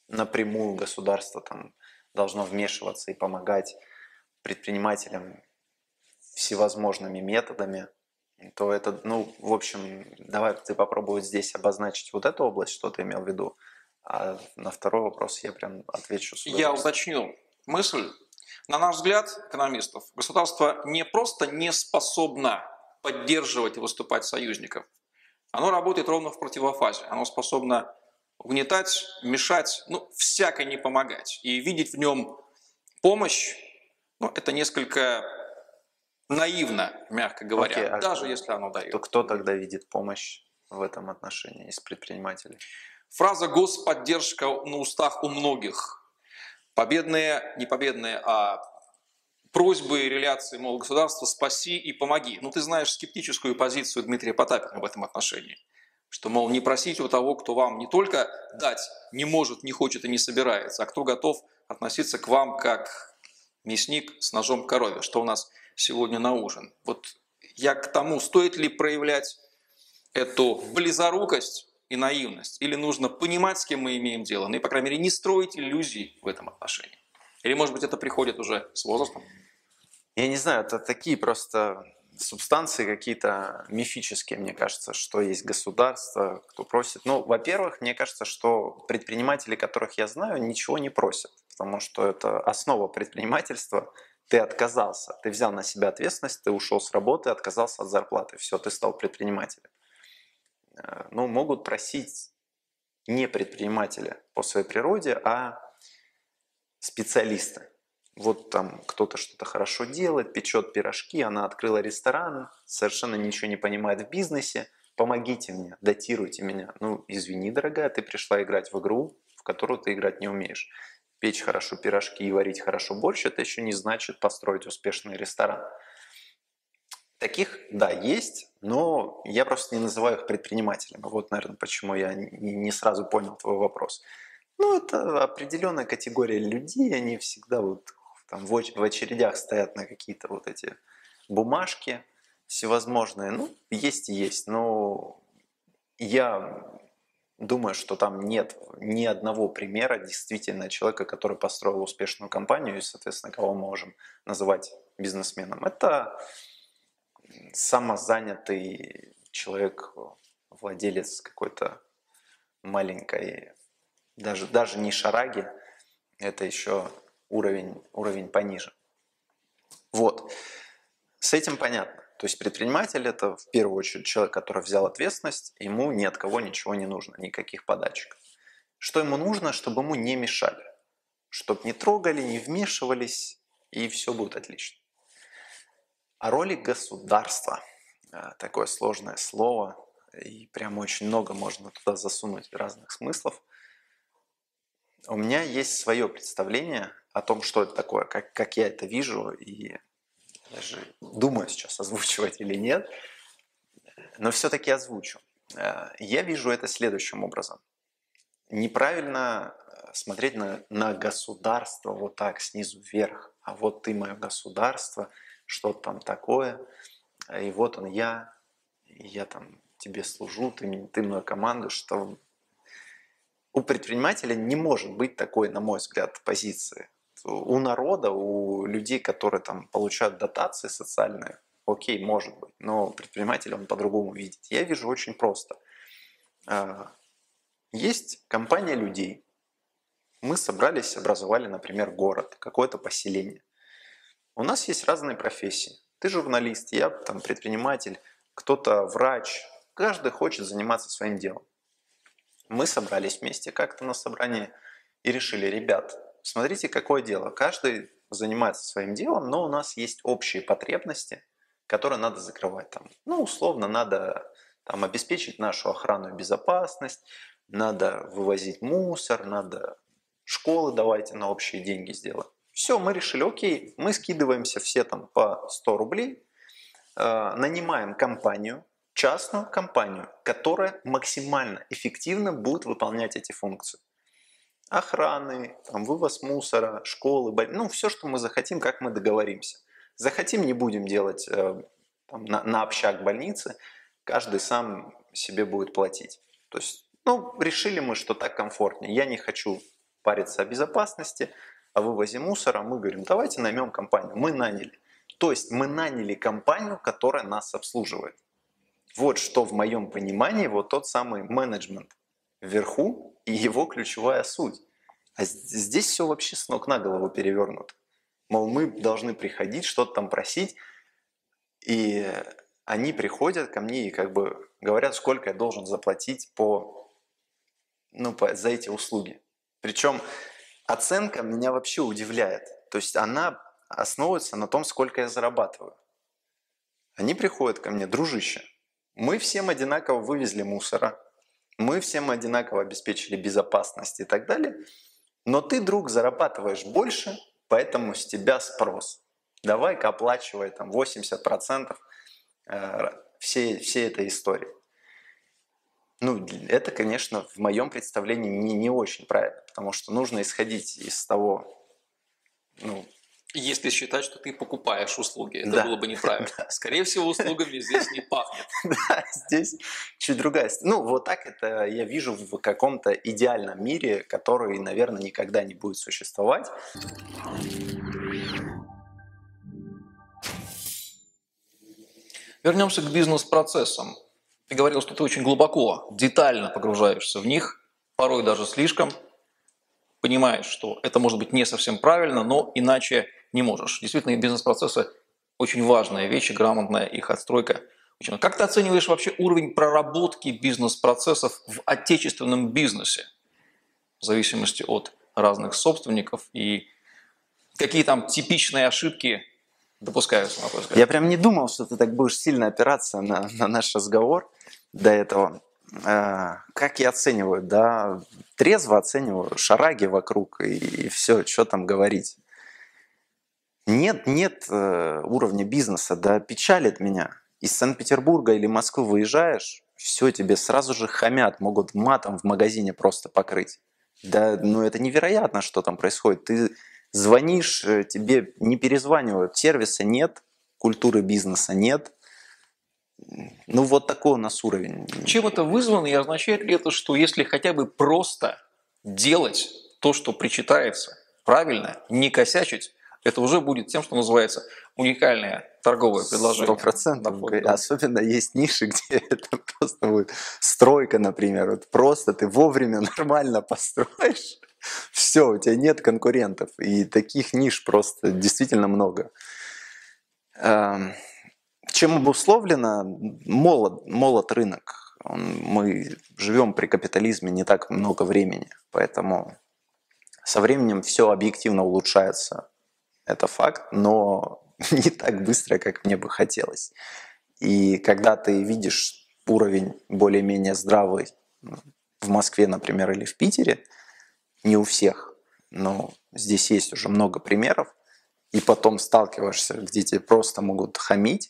напрямую государство там должно вмешиваться и помогать предпринимателям всевозможными методами, то это, ну, в общем, давай ты попробуй здесь обозначить вот эту область, что ты имел в виду, а на второй вопрос я прям отвечу с Я удовольствием. уточню мысль. На наш взгляд, экономистов, государство не просто не способно поддерживать и выступать союзников, оно работает ровно в противофазе. Оно способно угнетать, мешать, ну, всяко не помогать. И видеть в нем помощь, ну, это несколько наивно, мягко говоря, Окей, а даже если оно кто, дает. кто тогда видит помощь в этом отношении из предпринимателей? Фраза «господдержка» на устах у многих. Победные, не победные, а просьбы и реляции, мол, государство, спаси и помоги. Ну, ты знаешь скептическую позицию Дмитрия Потапина в этом отношении. Что, мол, не просите у того, кто вам не только дать не может, не хочет и не собирается, а кто готов относиться к вам как мясник с ножом к корове, что у нас сегодня на ужин. Вот я к тому, стоит ли проявлять эту близорукость и наивность, или нужно понимать, с кем мы имеем дело, ну и, по крайней мере, не строить иллюзий в этом отношении. Или, может быть, это приходит уже с возрастом? Я не знаю, это такие просто субстанции какие-то мифические, мне кажется, что есть государство, кто просит. Ну, во-первых, мне кажется, что предприниматели, которых я знаю, ничего не просят, потому что это основа предпринимательства. Ты отказался, ты взял на себя ответственность, ты ушел с работы, отказался от зарплаты, все, ты стал предпринимателем. Ну, могут просить не предпринимателя по своей природе, а специалиста. Вот там кто-то что-то хорошо делает, печет пирожки, она открыла ресторан, совершенно ничего не понимает в бизнесе. Помогите мне, датируйте меня. Ну, извини, дорогая, ты пришла играть в игру, в которую ты играть не умеешь. Печь хорошо пирожки и варить хорошо борщ – это еще не значит построить успешный ресторан. Таких, да, есть, но я просто не называю их предпринимателями. Вот, наверное, почему я не сразу понял твой вопрос. Ну, это определенная категория людей, они всегда вот там в очередях стоят на какие-то вот эти бумажки всевозможные. Ну, есть и есть, но я думаю, что там нет ни одного примера действительно человека, который построил успешную компанию и, соответственно, кого мы можем называть бизнесменом. Это самозанятый человек, владелец какой-то маленькой, даже, даже не шараги, это еще уровень, уровень пониже. Вот. С этим понятно. То есть предприниматель – это в первую очередь человек, который взял ответственность, ему ни от кого ничего не нужно, никаких подачек. Что ему нужно? Чтобы ему не мешали. Чтобы не трогали, не вмешивались, и все будет отлично. О роли государства. Такое сложное слово, и прям очень много можно туда засунуть разных смыслов. У меня есть свое представление о том, что это такое, как, как я это вижу, и даже думаю сейчас озвучивать или нет, но все-таки озвучу. Я вижу это следующим образом. Неправильно смотреть на, на государство вот так, снизу вверх. А вот ты мое государство, что там такое, и вот он я, и я там тебе служу, ты, ты мою команду, что... У предпринимателя не может быть такой, на мой взгляд, позиции. У народа, у людей, которые там получают дотации социальные, окей, может быть, но предприниматель он по-другому видит. Я вижу очень просто. Есть компания людей. Мы собрались, образовали, например, город, какое-то поселение. У нас есть разные профессии. Ты журналист, я там предприниматель, кто-то врач. Каждый хочет заниматься своим делом. Мы собрались вместе как-то на собрании и решили, ребят, смотрите, какое дело. Каждый занимается своим делом, но у нас есть общие потребности, которые надо закрывать. Там, ну, условно, надо там, обеспечить нашу охрану и безопасность, надо вывозить мусор, надо школы давайте на общие деньги сделаем. Все, мы решили, окей, мы скидываемся все там по сто рублей, э, нанимаем компанию, частную компанию, которая максимально эффективно будет выполнять эти функции. Охраны, там, вывоз мусора, школы, ну, все, что мы захотим, как мы договоримся. Захотим, не будем делать э, там, на, на общак больницы, каждый сам себе будет платить. То есть, ну, решили мы, что так комфортнее. Я не хочу париться о безопасности, о вывозе мусора. Мы говорим, давайте наймем компанию. Мы наняли. То есть мы наняли компанию, которая нас обслуживает. Вот что в моем понимании вот тот самый менеджмент вверху и его ключевая суть. А здесь все вообще с ног на голову перевернуто. Мол, мы должны приходить, что-то там просить, и они приходят ко мне и как бы говорят, сколько я должен заплатить по, ну, по, за эти услуги. Причем оценка меня вообще удивляет. То есть она основывается на том, сколько я зарабатываю. Они приходят ко мне, дружище, мы всем одинаково вывезли мусора, мы всем одинаково обеспечили безопасность и так далее, но ты, друг, зарабатываешь больше, поэтому с тебя спрос. Давай-ка оплачивай там восемьдесят процентов всей, всей этой истории. Ну, это, конечно, в моем представлении не, не очень правильно, потому что нужно исходить из того, ну, если считать, что ты покупаешь услуги, это да, было бы неправильно. Да. Скорее всего, услугами здесь не пахнет. Да, здесь чуть другая. Ну, вот так это я вижу в каком-то идеальном мире, который, наверное, никогда не будет существовать. Вернемся к бизнес-процессам. Ты говорил, что ты очень глубоко, детально погружаешься в них, порой даже слишком. Понимаешь, что это может быть не совсем правильно, но иначе не можешь. Действительно, бизнес-процессы очень важная вещь, и грамотная их отстройка. Как ты оцениваешь вообще уровень проработки бизнес-процессов в отечественном бизнесе? В зависимости от разных собственников и какие там типичные ошибки допускаются, на твой взгляд? Я прям не думал, что ты так будешь сильно опираться на, на наш разговор до этого. Э, как я оцениваю? Да, трезво оцениваю шараги вокруг и, и все, что там говорить. Нет, нет э, уровня бизнеса, да печалит меня. Из Санкт-Петербурга или Москвы выезжаешь, все, тебе сразу же хамят, могут матом в магазине просто покрыть. Да, ну это невероятно, что там происходит. Ты звонишь, тебе не перезванивают, сервиса нет, культуры бизнеса нет. Ну вот такой у нас уровень. Чем это вызвано и означает ли это, что если хотя бы просто делать то, что причитается, правильно, не косячить, это уже будет тем, что называется уникальное торговое предложение? Сто процентов. Особенно есть ниши, где это просто будет стройка, например. Вот просто ты вовремя нормально построишь, все, у тебя нет конкурентов. И таких ниш просто действительно много. Чем обусловлено? Молод, молод рынок. Он, мы живем при капитализме не так много времени, поэтому со временем все объективно улучшается. Это факт, но не так быстро, как мне бы хотелось. И когда ты видишь уровень более-менее здравый в Москве, например, или в Питере, не у всех, но здесь есть уже много примеров, и потом сталкиваешься, где тебе просто могут хамить,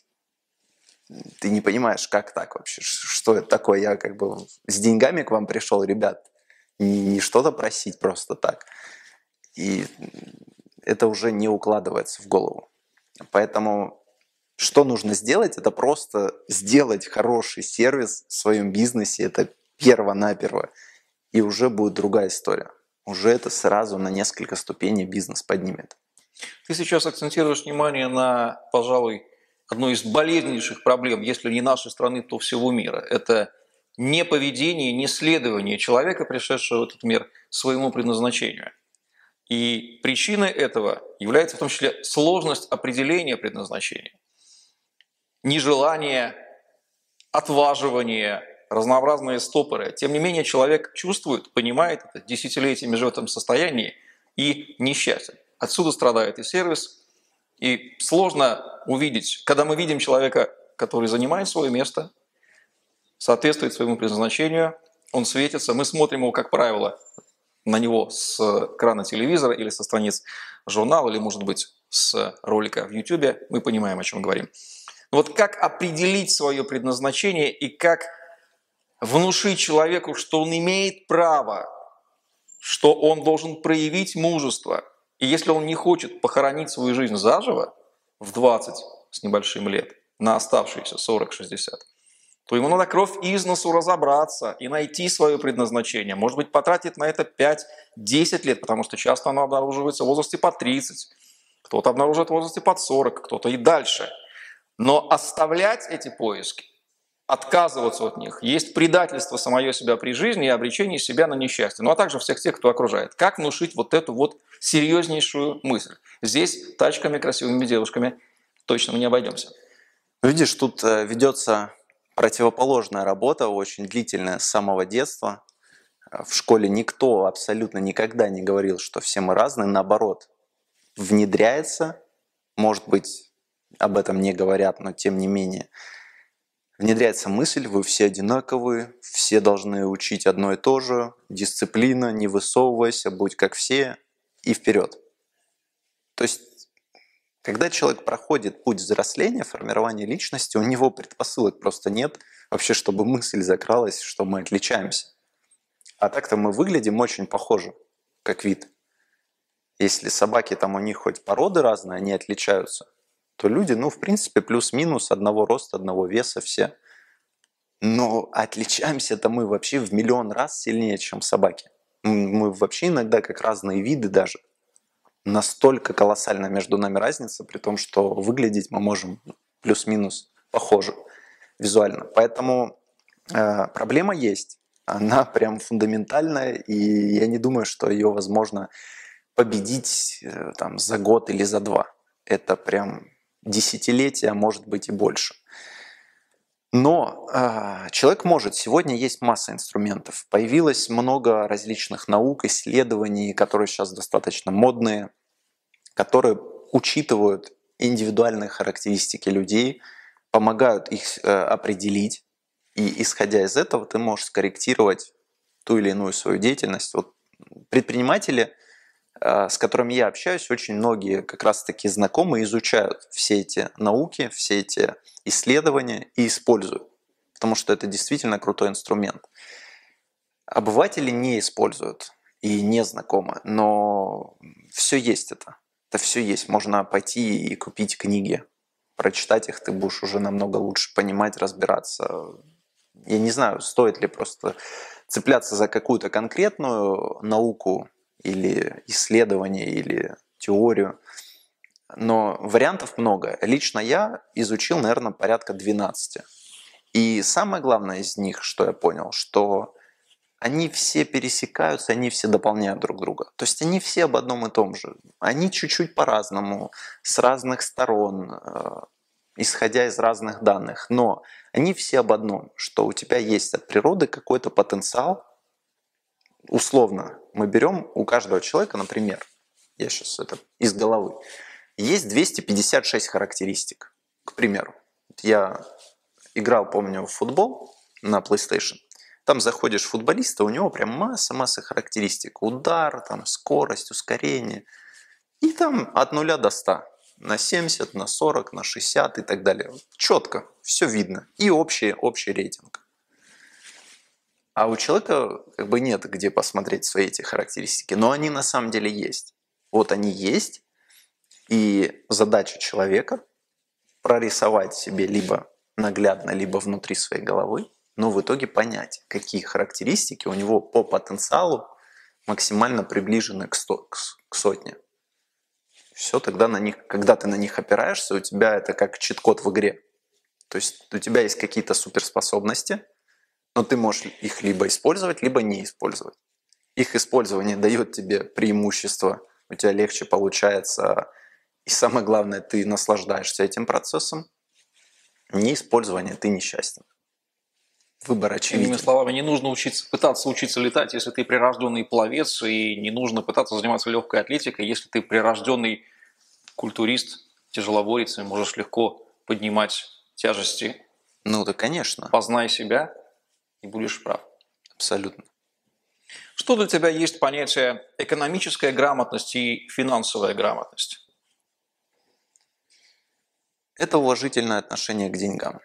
ты не понимаешь, как так вообще, что это такое. Я как бы с деньгами к вам пришел, ребят, не, не что-то просить просто так. И это уже не укладывается в голову. Поэтому что нужно сделать? Это просто сделать хороший сервис в своем бизнесе. Это перво-наперво. И уже будет другая история. Уже это сразу на несколько ступеней бизнес поднимет. Ты сейчас акцентируешь внимание на, пожалуй, одной из болезненнейших проблем, если не нашей страны, то всего мира. Это неповедение, неследование человека, пришедшего в этот мир, своему предназначению. И причиной этого является в том числе сложность определения предназначения. Нежелание, отваживание, разнообразные стопоры. Тем не менее, человек чувствует, понимает это, десятилетиями живет в этом состоянии и несчастен. Отсюда страдает и сервис, и сложно увидеть, когда мы видим человека, который занимает свое место, соответствует своему предназначению, он светится, мы смотрим его, как правило, на него с экрана телевизора или со страниц журнала, или, может быть, с ролика в YouTube, мы понимаем, о чем говорим. Но вот как определить свое предназначение и как внушить человеку, что он имеет право, что он должен проявить мужество, и если он не хочет похоронить свою жизнь заживо в двадцать с небольшим лет, на оставшиеся сорок-шестьдесят, то ему надо кровь из носу разобраться и найти свое предназначение. Может быть, потратить на это пять-десять лет, потому что часто оно обнаруживается в возрасте под тридцать, кто-то обнаруживает в возрасте под сорок, кто-то и дальше. Но оставлять эти поиски, отказываться от них, есть предательство самое себя при жизни и обречение себя на несчастье. Ну а также всех тех, кто окружает. Как внушить вот эту вот серьезнейшую мысль? Здесь тачками, красивыми девушками точно мы не обойдемся. Видишь, тут ведется противоположная работа, очень длительная с самого детства. В школе никто абсолютно никогда не говорил, что все мы разные. Наоборот, внедряется, может быть, об этом не говорят, но тем не менее, внедряется мысль, вы все одинаковые, все должны учить одно и то же, дисциплина, не высовывайся, будь как все и вперед. То есть, когда человек проходит путь взросления, формирования личности, у него предпосылок просто нет вообще, чтобы мысль закралась, что мы отличаемся. А так-то мы выглядим очень похоже, как вид. Если собаки там у них хоть породы разные, они отличаются, то люди, ну, в принципе, плюс-минус одного роста, одного веса все. Но отличаемся-то мы вообще в миллион раз сильнее, чем собаки. Мы вообще иногда как разные виды даже. Настолько колоссальна между нами разница, при том, что выглядеть мы можем плюс-минус похоже визуально. Поэтому э, проблема есть. Она прям фундаментальная, и я не думаю, что ее возможно победить э, там, за год или за два. Это прям десятилетия, а может быть и больше. Но э, человек может. Сегодня есть масса инструментов. Появилось много различных наук, исследований, которые сейчас достаточно модные, которые учитывают индивидуальные характеристики людей, помогают их э, определить. И исходя из этого ты можешь скорректировать ту или иную свою деятельность. Вот предприниматели, э, с которыми я общаюсь, очень многие как раз-таки знакомые изучают все эти науки, все эти исследования и используют, потому что это действительно крутой инструмент. Обыватели не используют и не знакомы, но все есть это. Это все есть. Можно пойти и купить книги, прочитать их, ты будешь уже намного лучше понимать, разбираться. Я не знаю, стоит ли просто цепляться за какую-то конкретную науку или исследование, или теорию. Но вариантов много. Лично я изучил, наверное, порядка двенадцати. И самое главное из них, что я понял, что они все пересекаются, они все дополняют друг друга. То есть они все об одном и том же. Они чуть-чуть по-разному, с разных сторон, исходя из разных данных. Но они все об одном, что у тебя есть от природы какой-то потенциал. Условно, мы берем у каждого человека, например, я сейчас это из головы, есть двести пятьдесят шесть характеристик. К примеру, я играл, помню, в футбол на PlayStation. Там заходишь в футболиста, у него прям масса-масса характеристик. Удар, там, скорость, ускорение. И там от нуля до ста. На семьдесят, на сорок, на шестьдесят и так далее. Четко, все видно. И общий, общий рейтинг. А у человека как бы нет где посмотреть свои эти характеристики. Но они на самом деле есть. Вот они есть. И задача человека прорисовать себе либо наглядно, либо внутри своей головы, но в итоге понять, какие характеристики у него по потенциалу максимально приближены к, сто, к сотне. Все, тогда на них, когда ты на них опираешься, у тебя это как чит-код в игре. То есть у тебя есть какие-то суперспособности, но ты можешь их либо использовать, либо не использовать. Их использование дает тебе преимущество, у тебя легче получается, и самое главное, ты наслаждаешься этим процессом. Неиспользование, ты несчастен. Выбор очевиден. Иными словами, не нужно учиться, пытаться учиться летать, если ты прирожденный пловец, и не нужно пытаться заниматься легкой атлетикой, если ты прирожденный культурист, тяжелоборец, и можешь легко поднимать тяжести. Ну да, конечно. Познай себя, и будешь прав. Абсолютно. Что для тебя есть понятие экономическая грамотность и финансовая грамотность? Это уважительное отношение к деньгам.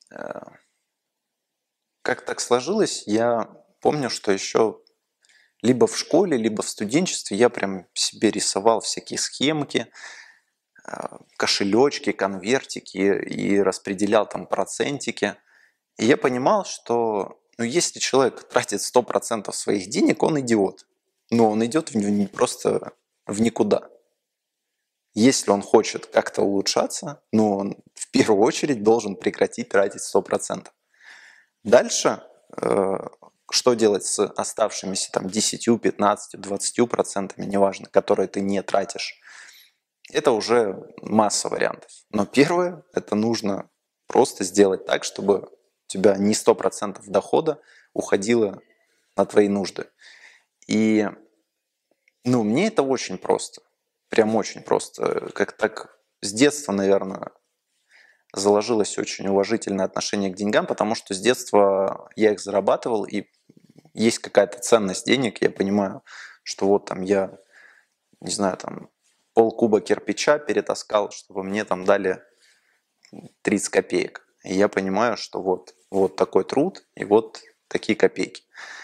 Как так сложилось, я помню, что еще либо в школе, либо в студенчестве я прям себе рисовал всякие схемки, кошелечки, конвертики и распределял там процентики. И я понимал, что ну, если человек тратит сто процентов своих денег, он идиот. Но он идет в, просто в никуда. Если он хочет как-то улучшаться, ну, он в первую очередь должен прекратить тратить сто процентов. Дальше, э, что делать с оставшимися там, десятью, пятнадцатью, двадцатью процентами, неважно, которые ты не тратишь, это уже масса вариантов. Но первое, это нужно просто сделать так, чтобы у тебя не сто процентов дохода уходило на твои нужды. И ну, мне это очень просто. Прям очень просто. Как так с детства, наверное, заложилось очень уважительное отношение к деньгам, потому что с детства я их зарабатывал, и есть какая-то ценность денег. Я понимаю, что вот там я, не знаю, там полкуба кирпича перетаскал, чтобы мне там дали тридцать копеек. И я понимаю, что вот, вот такой труд и вот такие копейки.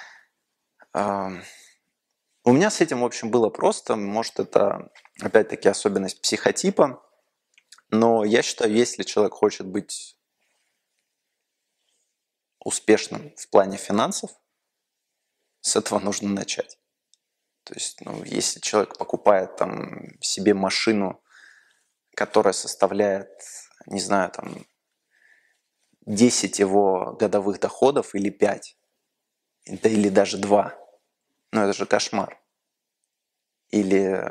У меня с этим, в общем, было просто. Может, это, опять-таки, особенность психотипа. Но я считаю, если человек хочет быть успешным в плане финансов, с этого нужно начать. То есть, ну, если человек покупает там себе машину, которая составляет, не знаю, там десять его годовых доходов или пять, да или даже два, ну это же кошмар. Или,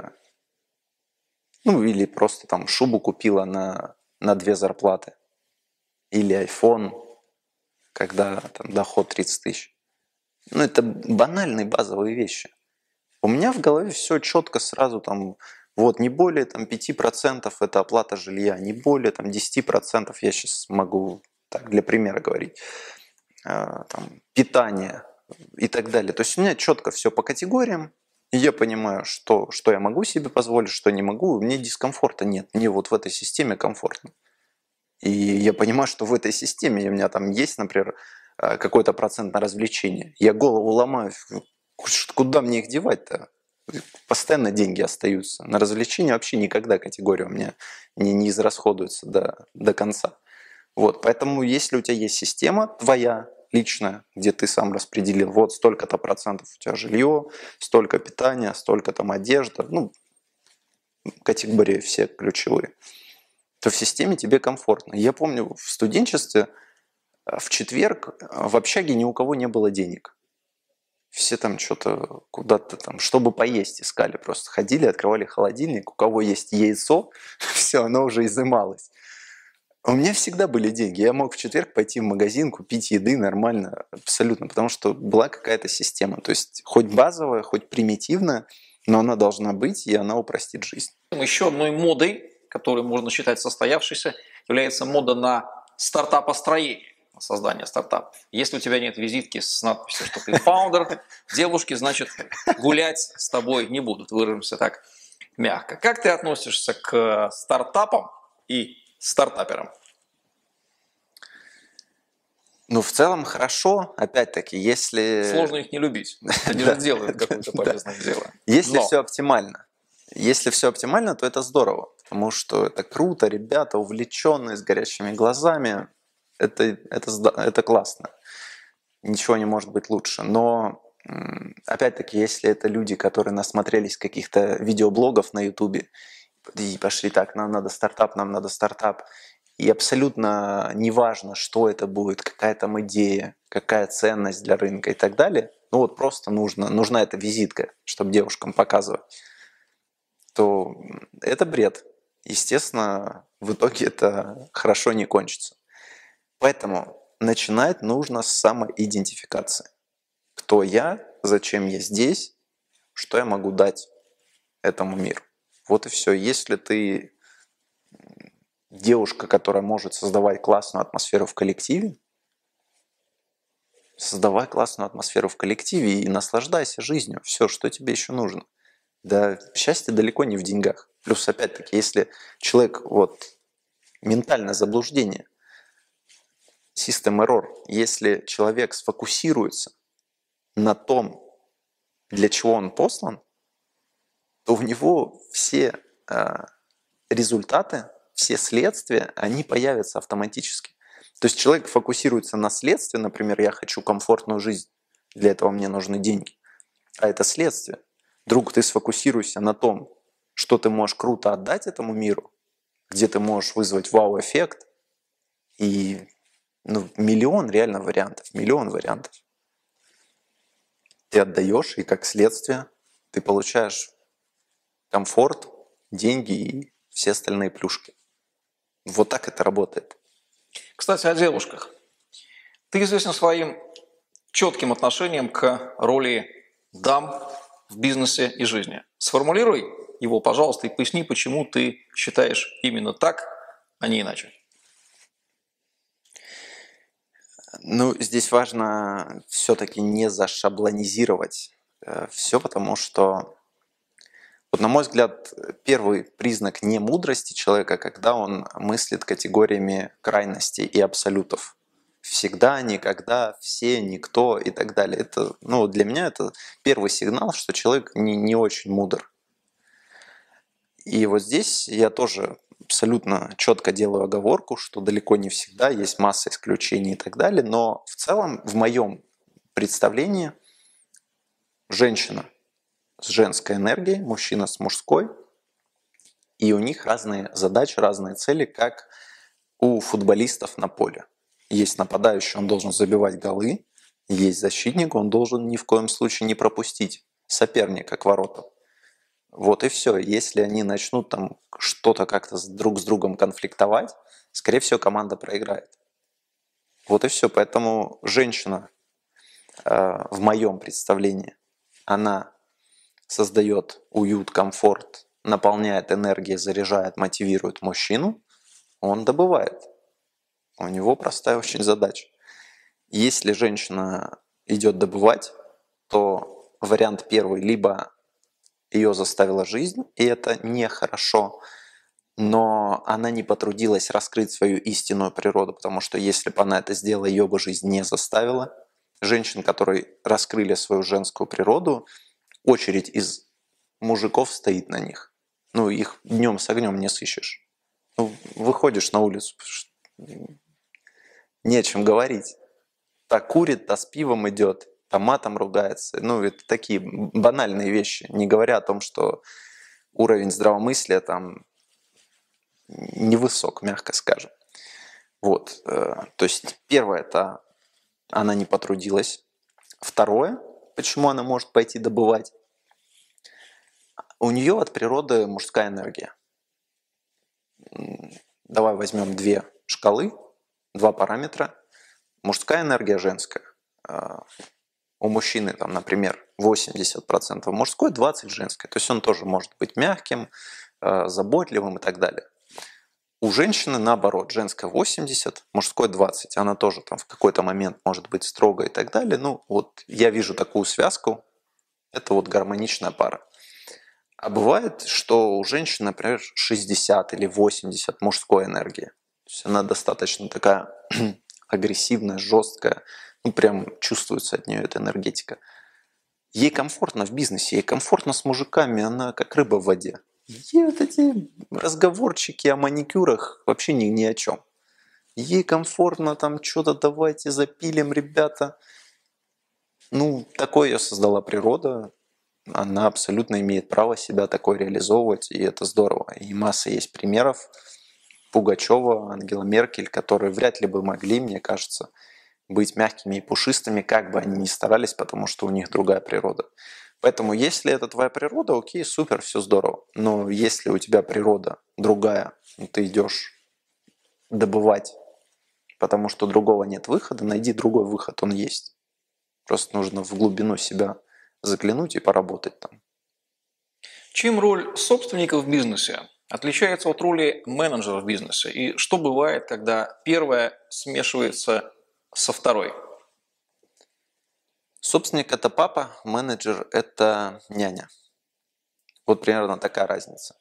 ну, или просто там шубу купила на, на две зарплаты. Или iPhone, когда там доход тридцать тысяч. Ну, это банальные базовые вещи. У меня в голове все четко сразу там, вот, не более там пяти процентов это оплата жилья, не более там десяти процентов, я сейчас могу так для примера говорить, э, там, питание и так далее. То есть у меня четко все по категориям, и я понимаю, что, что я могу себе позволить, что не могу, мне дискомфорта нет, мне вот в этой системе комфортно. И я понимаю, что в этой системе у меня там есть, например, какой-то процент на развлечение. Я голову ломаю, куда мне их девать-то? Постоянно деньги остаются. На развлечения вообще никогда категория у меня не, не израсходуется до, до конца. Вот, поэтому если у тебя есть система твоя, личная, где ты сам распределил, вот столько-то процентов у тебя жилье, столько питания, столько там одежда, ну, категории все ключевые, то в системе тебе комфортно. Я помню, в студенчестве в четверг в общаге ни у кого не было денег. Все там что-то куда-то там, чтобы поесть искали, просто ходили, открывали холодильник, у кого есть яйцо, все, оно уже изымалось. У меня всегда были деньги. Я мог в четверг пойти в магазин, купить еды нормально, абсолютно, потому что была какая-то система. То есть хоть базовая, хоть примитивная, но она должна быть, и она упростит жизнь. Еще одной модой, которую можно считать состоявшейся, является мода на стартапостроение, на создание стартапов. Если у тебя нет визитки с надписью, что ты фаундер, девушки, значит, гулять с тобой не будут. Выразимся так мягко. Как ты относишься к стартапам и стартаперам? Ну, в целом хорошо, опять-таки, если... Сложно их не любить. Они же делают какое-то полезное дело. Если все оптимально. Если все оптимально, то это здорово, потому что это круто, ребята увлеченные, с горящими глазами, это, это, это классно. Ничего не может быть лучше. Но, опять-таки, если это люди, которые насмотрелись каких-то видеоблогов на Ютубе, и пошли так, нам надо стартап, нам надо стартап, и абсолютно неважно, что это будет, какая там идея, какая ценность для рынка и так далее, ну вот просто нужно, нужна эта визитка, чтобы девушкам показывать, то это бред. Естественно, в итоге это хорошо не кончится. Поэтому начинать нужно с самоидентификации. Кто я, зачем я здесь, что я могу дать этому миру. Вот и все. Если ты девушка, которая может создавать классную атмосферу в коллективе, создавай классную атмосферу в коллективе и наслаждайся жизнью. Все, что тебе еще нужно. Да, счастье далеко не в деньгах. Плюс, опять-таки, если человек, вот, ментальное заблуждение, system error, если человек сфокусируется на том, для чего он послан, то у него все э, результаты, все следствия, они появятся автоматически. То есть человек фокусируется на следствии, например, я хочу комфортную жизнь, для этого мне нужны деньги. А это следствие. Друг, ты сфокусируйся на том, что ты можешь круто отдать этому миру, где ты можешь вызвать вау-эффект, и ну, миллион реально вариантов, миллион вариантов. Ты отдаешь, и как следствие ты получаешь комфорт, деньги и все остальные плюшки. Вот так это работает. Кстати, о девушках. Ты известен своим четким отношением к роли дам в бизнесе и жизни. Сформулируй его, пожалуйста, и поясни, почему ты считаешь именно так, а не иначе. Ну, здесь важно все-таки не зашаблонизировать э, все, потому что, вот, на мой взгляд, первый признак немудрости человека, когда он мыслит категориями крайностей и абсолютов. Всегда, никогда, все, никто и так далее. Это, ну, для меня это первый сигнал, что человек не, не очень мудр. И вот здесь я тоже абсолютно четко делаю оговорку, что далеко не всегда есть масса исключений и так далее, но в целом в моем представлении женщина с женской энергией, мужчина с мужской, и у них разные задачи, разные цели, как у футболистов на поле. Есть нападающий, он должен забивать голы, есть защитник, он должен ни в коем случае не пропустить соперника к воротам. Вот и все. Если они начнут там что-то как-то друг с другом конфликтовать, скорее всего, команда проиграет. Вот и все. Поэтому женщина, э, в моем представлении, она создает уют, комфорт, наполняет энергией, заряжает, мотивирует мужчину, он добывает. У него простая очень задача. Если женщина идет добывать, то вариант первый: либо ее заставила жизнь, и это нехорошо, но она не потрудилась раскрыть свою истинную природу, потому что если бы она это сделала, ее бы жизнь не заставила. Женщин, которые раскрыли свою женскую природу, очередь из мужиков стоит на них. Ну, их днем с огнем не сыщешь. Ну, выходишь на улицу, не о чем говорить. Та курит, та с пивом идет, та матом ругается. Ну, это такие банальные вещи, не говоря о том, что уровень здравомыслия там невысок, мягко скажем. Вот. То есть первое – это она не потрудилась. Второе, почему она может пойти добывать. У нее от природы мужская энергия. Давай возьмем две шкалы, два параметра. Мужская энергия, женская. У мужчины, там, например, восемьдесят процентов мужской, двадцать процентов женской. То есть он тоже может быть мягким, заботливым и так далее. У женщины наоборот, женская восемьдесят, мужской двадцать. Она тоже там в какой-то момент может быть строгой и так далее. Ну вот я вижу такую связку. Это вот гармоничная пара. А бывает, что у женщины, например, шестьдесят или восемьдесят мужской энергии. То есть она достаточно такая агрессивная, жесткая. Ну, прям чувствуется от нее эта энергетика. Ей комфортно в бизнесе, ей комфортно с мужиками, она как рыба в воде. Ей вот эти разговорчики о маникюрах вообще ни, ни о чем. Ей комфортно там что-то давайте запилим, ребята. Ну, такое ее создала природа. Она абсолютно имеет право себя такое реализовывать, и это здорово. И масса есть примеров. Пугачева, Ангела Меркель, которые вряд ли бы могли, мне кажется, быть мягкими и пушистыми, как бы они ни старались, потому что у них другая природа. Поэтому если это твоя природа, окей, супер, все здорово. Но если у тебя природа другая, ты идешь добывать, потому что другого нет выхода, найди другой выход, он есть. Просто нужно в глубину себя заглянуть и поработать там. Чем роль собственника в бизнесе отличается от роли менеджера в бизнесе? И что бывает, когда первая смешивается со второй? Собственник – это папа, менеджер – это няня. Вот примерно такая разница.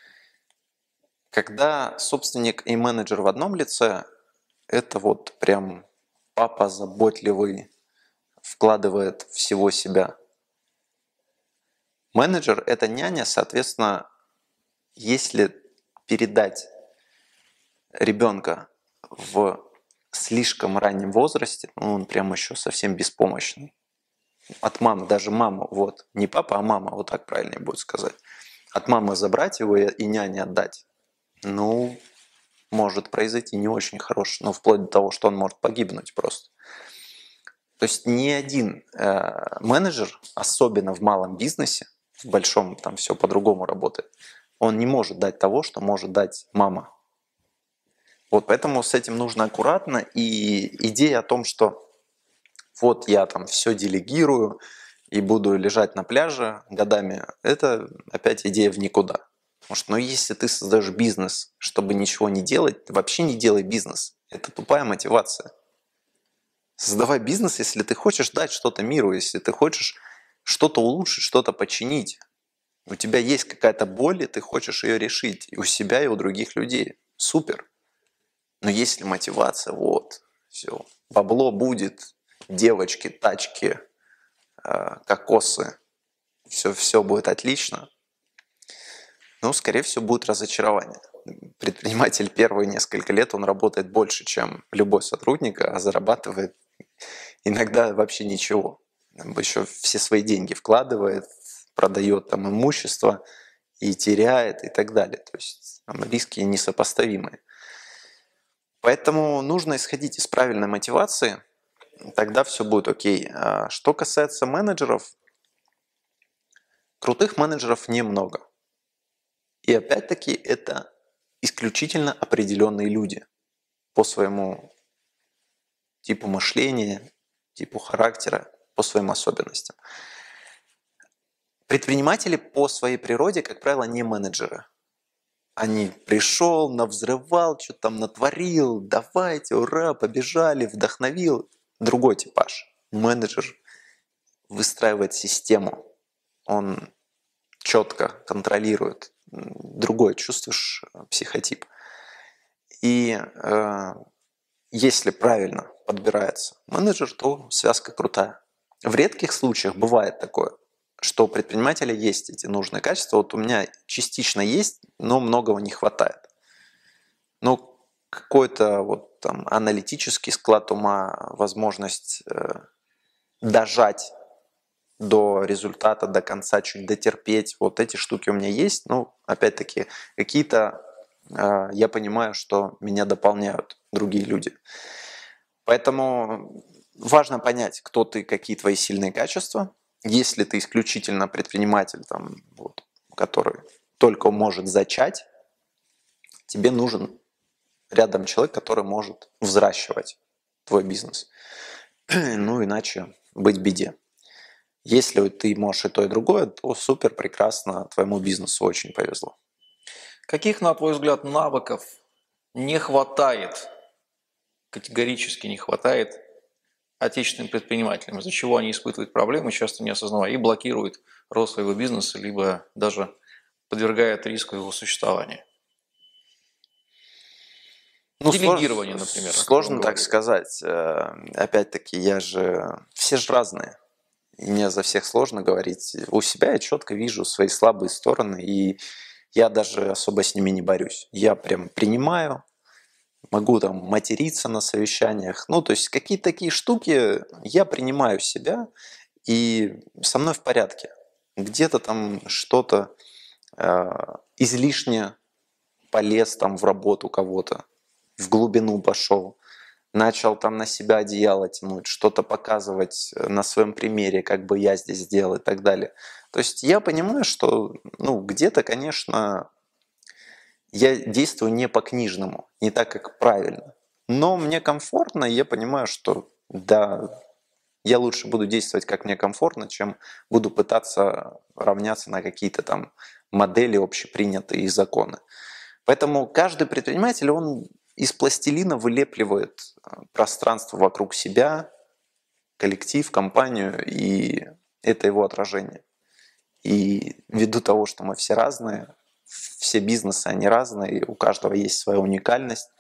Когда собственник и менеджер в одном лице, это вот прям папа заботливый, вкладывает всего себя. Менеджер – это няня, соответственно, если передать ребенка в слишком раннем возрасте, ну, он прям еще совсем беспомощный. От мамы, даже мама, вот, не папа, а мама, вот так правильнее будет сказать. От мамы забрать его и няне отдать, ну, может произойти не очень хорошее, ну, вплоть до того, что он может погибнуть просто. То есть ни один э, менеджер, особенно в малом бизнесе, в большом там все по-другому работает, он не может дать того, что может дать мама. Вот поэтому с этим нужно аккуратно. И идея о том, что вот я там все делегирую и буду лежать на пляже годами, это опять идея в никуда. Потому что, ну, если ты создаешь бизнес, чтобы ничего не делать, ты вообще не делай бизнес. Это тупая мотивация. Создавай бизнес, если ты хочешь дать что-то миру, если ты хочешь что-то улучшить, что-то починить. У тебя есть какая-то боль, и ты хочешь ее решить и у себя, и у других людей. Супер. Но если мотивация, вот, все, бабло будет, девочки, тачки, кокосы, все, все будет отлично, ну, скорее всего, будет разочарование. Предприниматель первые несколько лет, он работает больше, чем любой сотрудник, а зарабатывает иногда вообще ничего. Еще все свои деньги вкладывает, продает там имущество и теряет и так далее. То есть там риски несопоставимые. Поэтому нужно исходить из правильной мотивации, тогда все будет окей. А что касается менеджеров, крутых менеджеров немного. И опять-таки это исключительно определенные люди по своему типу мышления, типу характера, по своим особенностям. Предприниматели по своей природе, как правило, не менеджеры. Они пришел, навзрывал, что-то там натворил, давайте, ура, побежали, вдохновил. Другой типаж. Менеджер выстраивает систему, он четко контролирует. Другой, чувствуешь, психотип. И э, если правильно подбирается менеджер, то связка крутая. В редких случаях бывает такое, что у предпринимателя есть эти нужные качества. Вот у меня частично есть, но многого не хватает. Ну, какой-то вот там аналитический склад ума, возможность э, дожать до результата, до конца, чуть дотерпеть. Вот эти штуки у меня есть. Ну, опять-таки, какие-то э, я понимаю, что меня дополняют другие люди. Поэтому важно понять, кто ты, какие твои сильные качества. Если ты исключительно предприниматель, там, вот, который только может зачать, тебе нужен рядом человек, который может взращивать твой бизнес. Ну, иначе быть беде. Если ты можешь и то, и другое, то супер, прекрасно, твоему бизнесу очень повезло. Каких, на твой взгляд, навыков не хватает, категорически не хватает отечественным предпринимателям, из-за чего они испытывают проблемы, часто не осознавая, и блокируют рост своего бизнеса, либо даже подвергают риску его существования? Ну, Делегирование, слож... например. Сложно так сказать. Опять-таки, я же... Все же разные. И мне за всех сложно говорить. У себя я четко вижу свои слабые стороны, и я даже особо с ними не борюсь. Я прям принимаю, могу там материться на совещаниях. Ну, то есть какие-то такие штуки я принимаю себя, и со мной в порядке. Где-то там что-то э, излишне полез там в работу кого-то, в глубину пошел, начал там на себя одеяло тянуть, что-то показывать на своем примере, как бы я здесь сделал и так далее. То есть я понимаю, что ну, где-то, конечно, я действую не по-книжному, не так, как правильно. Но мне комфортно, и я понимаю, что да, я лучше буду действовать, как мне комфортно, чем буду пытаться равняться на какие-то там модели общепринятые и законы. Поэтому каждый предприниматель, он из пластилина вылепливает пространство вокруг себя, коллектив, компанию, и это его отражение. И ввиду того, что мы все разные, все бизнесы, они разные, у каждого есть своя уникальность,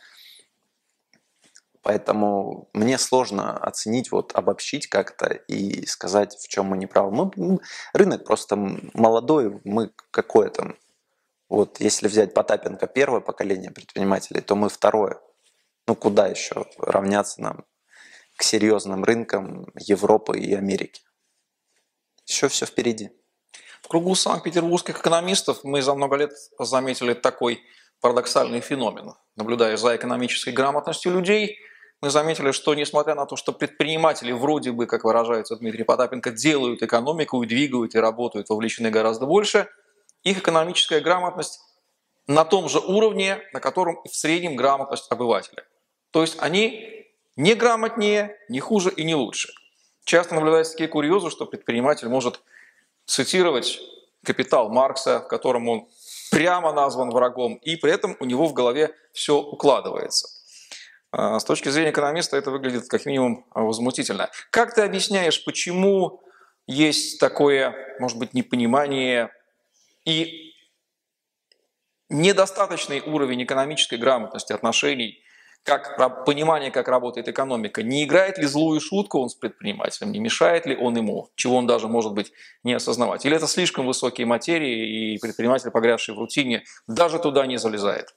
поэтому мне сложно оценить, вот обобщить как-то и сказать, в чем мы не правы. Мы, рынок просто молодой, мы какое-то... Вот если взять Потапенко первое поколение предпринимателей, то мы второе. Ну куда еще равняться нам к серьезным рынкам Европы и Америки? Еще все впереди. В кругу санкт-петербургских экономистов мы за много лет заметили такой парадоксальный феномен. Наблюдая за экономической грамотностью людей, мы заметили, что несмотря на то, что предприниматели вроде бы, как выражается Дмитрий Потапенко, делают экономику и двигают и работают, вовлечены гораздо больше, их экономическая грамотность на том же уровне, на котором в среднем грамотность обывателя. То есть они не грамотнее, не хуже и не лучше. Часто наблюдаются такие курьезы, что предприниматель может цитировать «Капитал» Маркса, в котором он прямо назван врагом, и при этом у него в голове все укладывается. С точки зрения экономиста это выглядит как минимум возмутительно. Как ты объясняешь, почему есть такое, может быть, непонимание и недостаточный уровень экономической грамотности отношений, как понимание, как работает экономика? Не играет ли злую шутку он с предпринимателем? Не мешает ли он ему? Чего он даже, может быть, не осознавать? Или это слишком высокие материи, и предприниматель, погрязший в рутине, даже туда не залезает?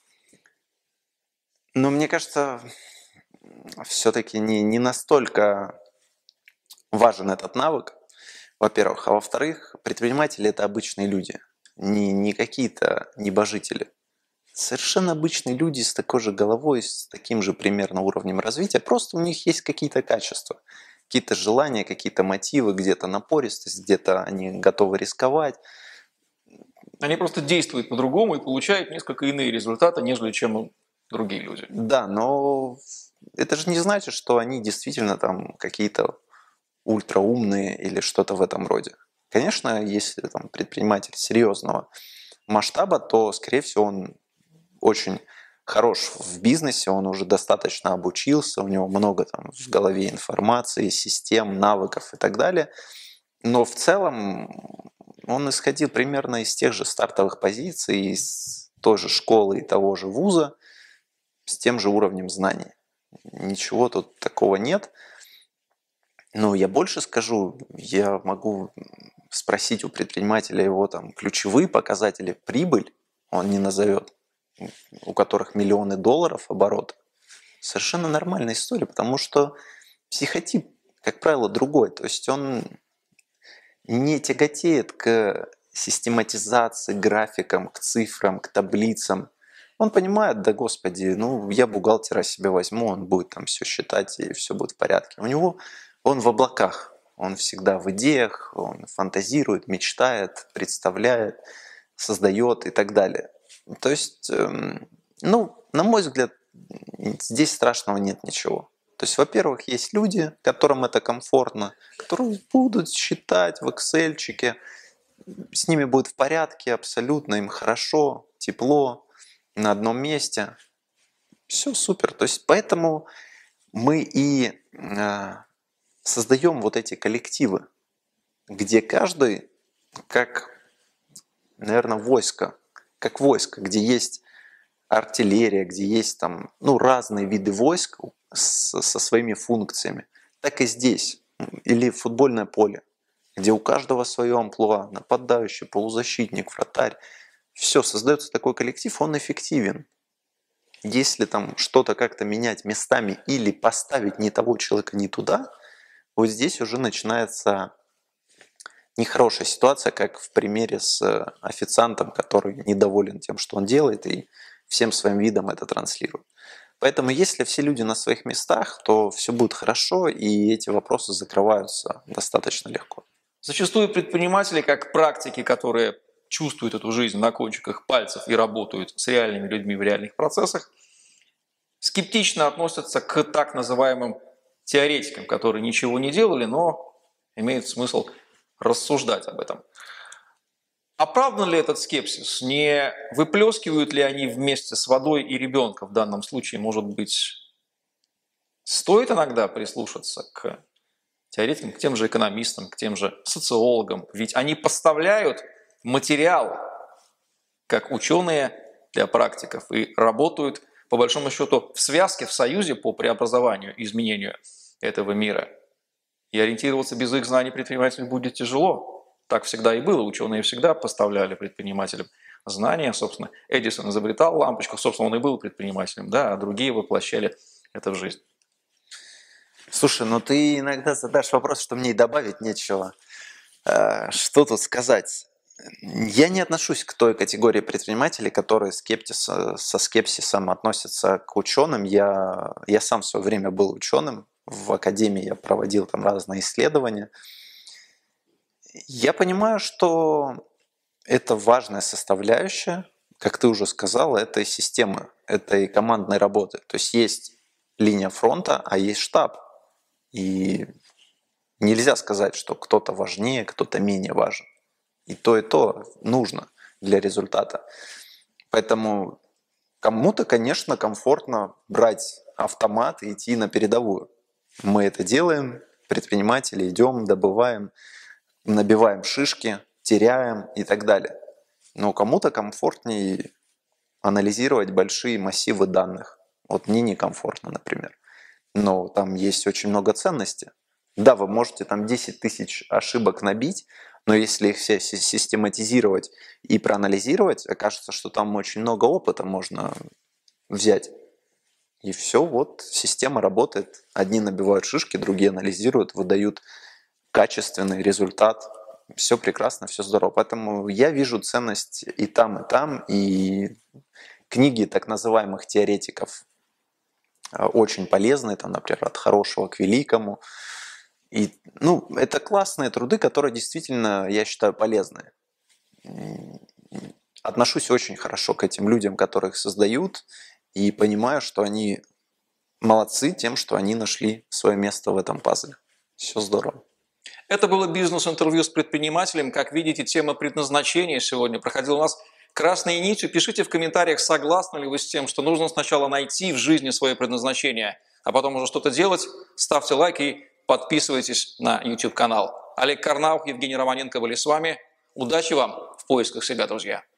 Но мне кажется, все-таки не, не настолько важен этот навык, во-первых. А во-вторых, предприниматели – это обычные люди, не, не какие-то небожители. Совершенно обычные люди с такой же головой, с таким же примерно уровнем развития, просто у них есть какие-то качества, какие-то желания, какие-то мотивы, где-то напористость, где-то они готовы рисковать. Они просто действуют по-другому и получают несколько иные результаты, нежели чем другие люди. Да, но это же не значит, что они действительно там какие-то ультраумные или что-то в этом роде. Конечно, если там предприниматель серьезного масштаба, то, скорее всего, он очень хорош в бизнесе, он уже достаточно обучился, у него много там в голове информации, систем, навыков и так далее. Но в целом он исходил примерно из тех же стартовых позиций, из той же школы и того же вуза, с тем же уровнем знаний. Ничего тут такого нет. Но я больше скажу, я могу спросить у предпринимателя его там ключевые показатели, прибыль он не назовет, у которых миллионы долларов оборот. Совершенно нормальная история, потому что психотип, как правило, другой. То есть он не тяготеет к систематизации, графикам, к цифрам, к таблицам. Он понимает, да господи, ну я бухгалтера себе возьму, он будет там все считать и все будет в порядке. У него он в облаках, он всегда в идеях, он фантазирует, мечтает, представляет, создает и так далее. То есть, ну, на мой взгляд, здесь страшного нет ничего. То есть, во-первых, есть люди, которым это комфортно, которые будут считать в эксельчике, с ними будет в порядке абсолютно, им хорошо, тепло, на одном месте. Все супер. То есть, поэтому мы и э, создаем вот эти коллективы, где каждый, как, наверное, войско, как войско, где есть артиллерия, где есть там, ну, разные виды войск с, со своими функциями, так и здесь. Или футбольное поле, где у каждого свое амплуа, нападающий, полузащитник, вратарь. Все, создается такой коллектив, он эффективен. Если там что-то как-то менять местами или поставить не того человека не туда, вот здесь уже начинается нехорошая ситуация, как в примере с официантом, который недоволен тем, что он делает, и всем своим видом это транслирует. Поэтому если все люди на своих местах, то все будет хорошо, и эти вопросы закрываются достаточно легко. Зачастую предприниматели, как практики, которые чувствуют эту жизнь на кончиках пальцев и работают с реальными людьми в реальных процессах, скептично относятся к так называемым теоретикам, которые ничего не делали, но имеет смысл рассуждать об этом. Оправдан ли этот скепсис? Не выплескивают ли они вместе с водой и ребенка в данном случае? Может быть, стоит иногда прислушаться к теоретикам, к тем же экономистам, к тем же социологам? Ведь они поставляют материал как ученые для практиков и работают, по большому счету, в связке, в союзе по преобразованию, изменению этого мира. И ориентироваться без их знаний предпринимателям будет тяжело. Так всегда и было. Ученые всегда поставляли предпринимателям знания. Собственно, Эдисон изобретал лампочку, собственно, он и был предпринимателем, да, а другие воплощали это в жизнь. Слушай, ну ты иногда задашь вопрос, что мне и добавить нечего. Э, Что тут сказать? Я не отношусь к той категории предпринимателей, которые скептис, со скепсисом относятся к ученым. Я, я сам в свое время был ученым. В академии я проводил там разные исследования. Я понимаю, что это важная составляющая, как ты уже сказал, этой системы, этой командной работы. То есть есть линия фронта, а есть штаб. И нельзя сказать, что кто-то важнее, кто-то менее важен. И то, и то нужно для результата. Поэтому кому-то, конечно, комфортно брать автомат и идти на передовую. Мы это делаем, предприниматели, идем, добываем, набиваем шишки, теряем и так далее. Но кому-то комфортнее анализировать большие массивы данных. Вот мне некомфортно, например. Но там есть очень много ценностей. Да, вы можете там десять тысяч ошибок набить, но если их все систематизировать и проанализировать, окажется, что там очень много опыта можно взять. И все, вот система работает. Одни набивают шишки, другие анализируют, выдают качественный результат. Все прекрасно, все здорово. Поэтому я вижу ценность и там, и там. И книги так называемых теоретиков очень полезны, там, например, «От хорошего к великому». И, ну, это классные труды, которые действительно, я считаю, полезны. Отношусь очень хорошо к этим людям, которые их создают, и понимаю, что они молодцы тем, что они нашли свое место в этом пазле. Все здорово. Это было бизнес-интервью с предпринимателем. Как видите, тема предназначения сегодня проходила у нас красной нитью. Пишите в комментариях, согласны ли вы с тем, что нужно сначала найти в жизни свое предназначение, а потом уже что-то делать. Ставьте лайк и подписывайтесь на YouTube-канал. Олег Карнаух, Евгений Романенко были с вами. Удачи вам в поисках себя, друзья!